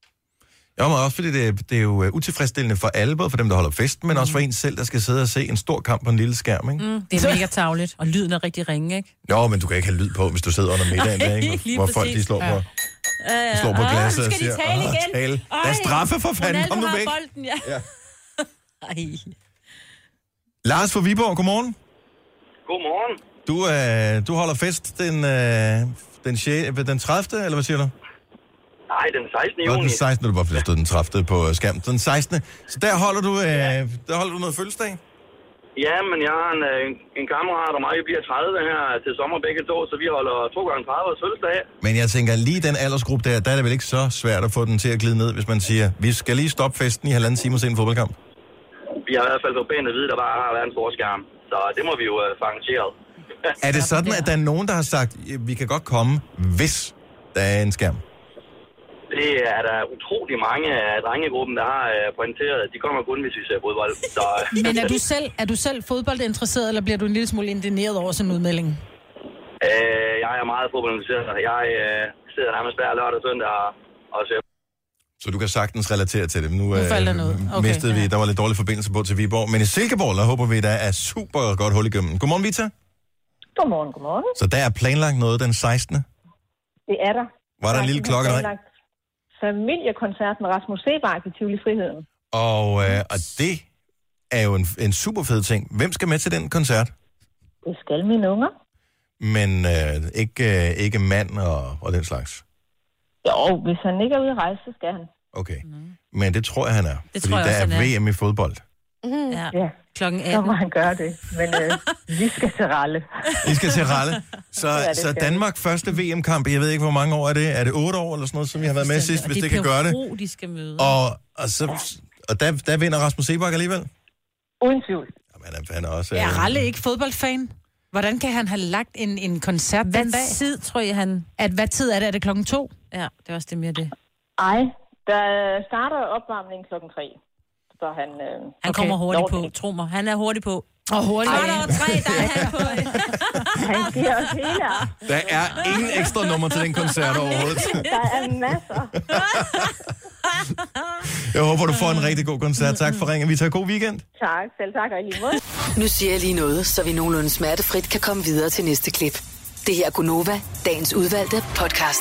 Speaker 1: ja, men også fordi det, er- det er jo øh, utilfredsstillende for alle, både for dem, der holder festen, men også for en selv, der skal sidde og se en stor kamp på en lille skærm, ikke?
Speaker 2: Mm, det er mega tarveligt, og lyden er rigtig ringe, ikke?
Speaker 1: Jo, men du kan ikke have lyd på, hvis du sidder under middagen, der, ikke?
Speaker 2: lige
Speaker 1: Hvor folk de
Speaker 2: præcis.
Speaker 1: slår på,
Speaker 2: Ja.
Speaker 1: de slår på
Speaker 2: Åh,
Speaker 1: glasset
Speaker 2: nu
Speaker 1: og
Speaker 2: skal de
Speaker 1: siger,
Speaker 2: tale
Speaker 1: "Åh,
Speaker 2: igen."
Speaker 1: tale.
Speaker 2: Ej,
Speaker 1: Der er straffe for fanden,
Speaker 2: Ronaldo
Speaker 1: kom nu
Speaker 2: har
Speaker 1: væk.
Speaker 2: bolden, ja.
Speaker 1: Ja.
Speaker 2: Ej.
Speaker 1: Lars fra Viborg, godmorgen.
Speaker 16: Godmorgen.
Speaker 1: Du, øh, du holder fest den, øh, den, sjette, den tredivte, eller hvad siger du?
Speaker 16: Nej, den sekstende
Speaker 1: Nå,
Speaker 16: juni.
Speaker 1: den sekstende, det var fordi, der stod den tredivte på skærmen. Den sekstende. Så der holder du, øh, der holder du noget fødselsdag?
Speaker 16: Ja, men jeg har en, øh, en, en kammerat, og mig vi bliver tredive her til sommer begge to, så vi holder to gange tredive års fødselsdag.
Speaker 1: Men jeg tænker, lige den aldersgruppe der, der er det vel ikke så svært at få den til at glide ned, hvis man siger, vi skal lige stoppe festen i halvanden time og se en fodboldkamp.
Speaker 16: Vi har i hvert fald fået pænt at vide, der bare har været en stor skærm. Så det må vi jo øh, få arrangeret.
Speaker 1: Er det sådan, at der er nogen, der har sagt, vi kan godt komme, hvis der er en skærm?
Speaker 16: Det er der utrolig mange af drengegruppen, der har øh, pointeret. De kommer kun, hvis vi ser fodbold. Så, øh.
Speaker 4: Men er du selv, er du selv fodboldinteresseret, eller bliver du en lille smule indigneret over sådan en udmelding?
Speaker 16: øh, jeg er meget fodboldinteresseret. Jeg øh, sidder nærmest hver lørdag og søndag og, og ser.
Speaker 1: Så du kan sagtens relatere til det. Nu,
Speaker 4: Nu falder
Speaker 1: øh,
Speaker 4: noget. Okay,
Speaker 1: mistede vi,
Speaker 4: ja.
Speaker 1: der var lidt dårlig forbindelse på til Viborg. Men i Silkeborg, der håber vi, der er super godt hul igennem. Godmorgen, Vita.
Speaker 17: Godmorgen, godmorgen.
Speaker 1: Så der er planlagt noget den sekstende.
Speaker 17: Det er der.
Speaker 1: Var der en lille klokke?
Speaker 17: planlagt familiekoncert med Rasmus Seebach i Tivoli Friheden.
Speaker 1: Og, øh, og det er jo en, en super fed ting. Hvem skal med til den koncert?
Speaker 17: Det skal mine unger.
Speaker 1: Men øh, ikke, øh, ikke mand og, og den slags.
Speaker 17: Jo, hvis han ikke er ude at rejse, så skal han.
Speaker 1: Okay. Mm. Men det tror jeg, han er.
Speaker 2: Det
Speaker 1: fordi
Speaker 2: tror jeg
Speaker 1: der
Speaker 2: også,
Speaker 1: er
Speaker 2: han er.
Speaker 1: V M i fodbold.
Speaker 17: Mm.
Speaker 2: Ja.
Speaker 17: Ja,
Speaker 2: Klokken
Speaker 17: så
Speaker 2: atten.
Speaker 17: må han gøre det. Men øh, vi skal til Ralle.
Speaker 1: I skal til Ralle. Så,
Speaker 17: Ja, det
Speaker 1: så
Speaker 17: skal vi.
Speaker 1: Danmark første V M-kamp, jeg ved ikke, hvor mange år er det? Er det otte år eller sådan noget, som vi har været med sidst,
Speaker 2: Og
Speaker 1: hvis
Speaker 2: det
Speaker 1: det kan gøre det?
Speaker 2: Peru, de skal møde.
Speaker 1: Og, og, så, og der, der vinder Rasmus Seebach alligevel?
Speaker 17: Uden tvivl.
Speaker 1: Jamen, han er, han er også...
Speaker 4: Er
Speaker 1: øh,
Speaker 4: Ralle ikke fodboldfan? Hvordan kan han have lagt en, en koncert
Speaker 2: Hvad
Speaker 4: den dag?
Speaker 2: tid, tror jeg, han...
Speaker 4: At, hvad tid er det? Er det klokken to?
Speaker 2: Ja, det er også det mere det.
Speaker 17: Ej, der starter opvarmningen klokken tre. Så han... Øh,
Speaker 2: Han
Speaker 4: Okay.
Speaker 2: kommer hurtigt
Speaker 17: Når
Speaker 2: på,
Speaker 17: det-
Speaker 2: tro mig. Han er hurtig på.
Speaker 4: Og hurtigt.
Speaker 2: Ej, der er tre, der er han på.
Speaker 17: han giver os hele aften.
Speaker 1: Der er ingen ekstra nummer til den koncert overhovedet.
Speaker 17: Der er masser.
Speaker 1: Jeg håber, du får en rigtig god koncert. Tak for ringen. Vi tager god weekend.
Speaker 17: Tak, selv tak og i lige måde.
Speaker 5: Nu siger jeg lige noget, så vi nogenlunde smertefrit kan komme videre til næste klip. Det her er Gunova, dagens udvalgte podcast.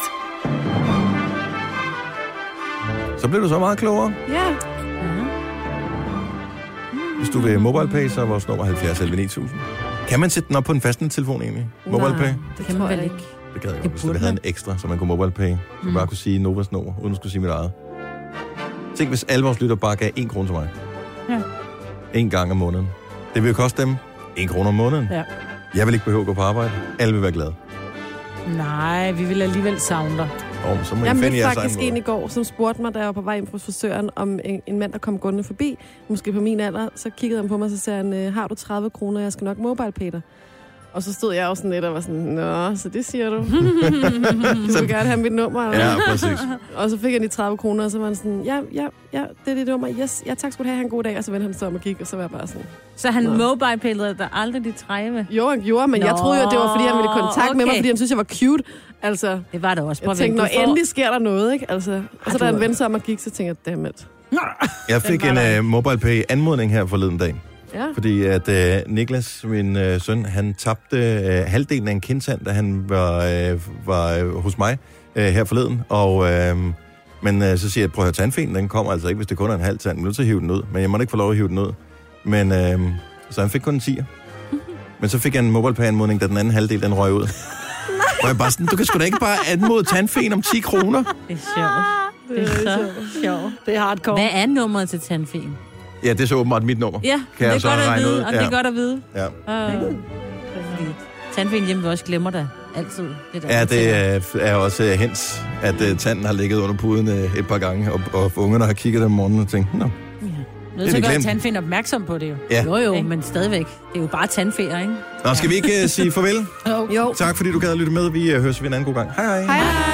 Speaker 1: Så blev du så meget klogere.
Speaker 3: Ja.
Speaker 1: Hvis du vil MobilePay, så er vores nummer halvfjerds elleve ni tusind. Kan man sætte den op på en fastnettelefon egentlig? MobilePay?
Speaker 3: Nej, det kan man vel ikke.
Speaker 1: Det gad jeg godt, hvis vi havde en ekstra, så man kunne MobilePay. Så mm. bare kunne sige Novas nummer, uden at skulle sige mit eget. Tænk, hvis alle vores lytter bare gav en krone til mig.
Speaker 4: Ja. En
Speaker 1: gang om måneden. Det vil jo koste dem en krone om måneden.
Speaker 4: Ja.
Speaker 1: Jeg vil ikke behøve at gå på arbejde. Alle vil være glade.
Speaker 4: Nej, vi vil alligevel savne dig.
Speaker 1: Oh, så må
Speaker 3: jeg
Speaker 1: finde
Speaker 3: mødte faktisk en i går, som spurgte mig, da jeg var på vej ind fra frisøren, om en, en mand, der kom gående forbi, måske på min alder. Så kiggede han på mig, og så sagde han, har du tredive kroner, jeg skal nok MobilePay dig. Og så stod jeg også sådan lidt og var sådan, nå, så det siger du. Du vil gerne have mit nummer. Eller?
Speaker 1: Ja, præcis.
Speaker 3: Og så fik jeg de tredive kroner, og så var han sådan, ja, ja, ja, det er det nummer. Yes, ja, tak skal du have, have en god dag. Og så vendte han sig om og gik, og så var jeg bare sådan.
Speaker 2: Så han MobilePayede der aldrig de tredive?
Speaker 3: Jo, han gjorde, men Nå, jeg troede jo, det var, fordi han ville i kontakt okay. med mig, fordi han synes jeg var cute. Altså,
Speaker 2: det var det også.
Speaker 3: Jeg tænkte, når får... endelig sker der noget, ikke? Altså, og så da han vendte sig om og gik, så tænkte jeg, dammit.
Speaker 1: Jeg fik en uh, MobilePay-anmodning her forleden dag.
Speaker 3: Ja.
Speaker 1: Fordi at uh, Niklas, min uh, søn, han tabte uh, halvdelen af en kindtand, da han var, uh, var uh, hos mig uh, her forleden. Og, uh, men uh, så siger jeg, prøv at høre, tandfen, den kommer altså ikke, hvis det kun er en halv tand. Jeg er nødt til at hive den ud, men jeg måtte ikke få lov at hive den ud. Men, uh, så han fik kun en tier. Men så fik jeg en MobilePay-anmodning, da den anden halvdel, den røg ud. Og jeg bare sådan, du kan sgu da ikke bare anmode tandfen om ti kroner.
Speaker 2: Det er sjovt. Det er så sjovt.
Speaker 4: Det er hardcore.
Speaker 2: Hvad er nummeret til tandfen?
Speaker 1: Ja, det er så åbenbart mit nummer.
Speaker 2: Ja,
Speaker 1: kan
Speaker 2: det er godt at vide, og
Speaker 1: ja.
Speaker 2: det er godt at vide.
Speaker 1: Ja.
Speaker 2: Uh, fordi tandfen hjemme vil også glemmer dig altid. Det
Speaker 1: ja, det er, er også uh, hens, at uh, tanden har ligget under puden uh, et par gange, og, og ungerne har kigget dem om morgenen og tænkt, nå. Ja.
Speaker 4: Nødt til at gøre tandfen opmærksom på det jo.
Speaker 1: Ja.
Speaker 2: Jo jo, men stadigvæk. Det er jo bare tandfeer, ikke?
Speaker 1: Nå, skal vi ikke uh, sige farvel?
Speaker 3: Jo.
Speaker 1: Tak fordi du gad at lytte med. Vi uh, høres ved en anden god gang. Hej hej.
Speaker 3: Hej hej.